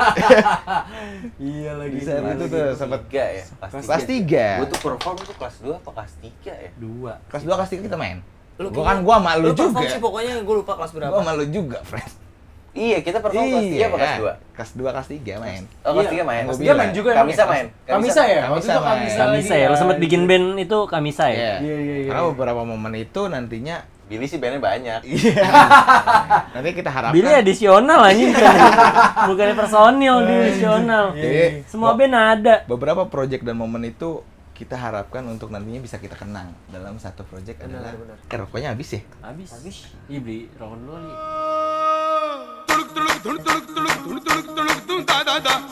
Speaker 3: Iya lagi.
Speaker 2: Di saat itu tuh sempet
Speaker 1: Tiga ya?
Speaker 2: kelas tiga.
Speaker 1: Gue tuh perform tuh kelas dua apa kelas tiga ya?
Speaker 4: Dua.
Speaker 2: Kelas dua, kelas tiga kita main.
Speaker 5: Lu
Speaker 2: Gua kan gua sama lu
Speaker 5: perform
Speaker 2: juga.
Speaker 5: sih pokoknya gue lupa kelas berapa.
Speaker 2: Gua sama lu juga, friend.
Speaker 1: Iya, kita perform kelas tiga apa kelas dua?
Speaker 2: Kelas dua, kelas tiga main.
Speaker 1: Oh, kelas
Speaker 3: Iya,
Speaker 1: tiga main.
Speaker 2: kelas
Speaker 3: Dia main juga emang
Speaker 1: Kamisa
Speaker 3: ya?
Speaker 1: main.
Speaker 3: Kamisa ya? Waktu
Speaker 2: Kamisa
Speaker 3: itu
Speaker 2: main.
Speaker 3: Kamisa.
Speaker 4: Kamisa ya, lo sempet bikin band itu Kamisa ya?
Speaker 2: Iya.
Speaker 3: Iya, iya, iya.
Speaker 2: Karena beberapa momen itu nantinya
Speaker 1: Billy sih bandnya banyak.
Speaker 2: iya. Nanti kita harapkan
Speaker 4: Billy adisional aja bukan bukan personil dia adisional.
Speaker 2: Jadi,
Speaker 4: Semua band ada.
Speaker 2: beberapa project dan momen itu kita harapkan untuk nantinya bisa kita kenang dalam satu project adalah
Speaker 5: benar.
Speaker 2: eh rokoknya habis ya?
Speaker 4: Habis. Habis. Ih beli rokok dulu nih.
Speaker 6: tuluk tuluk tuluk tuluk tuluk tuluk tuluk tung ta da da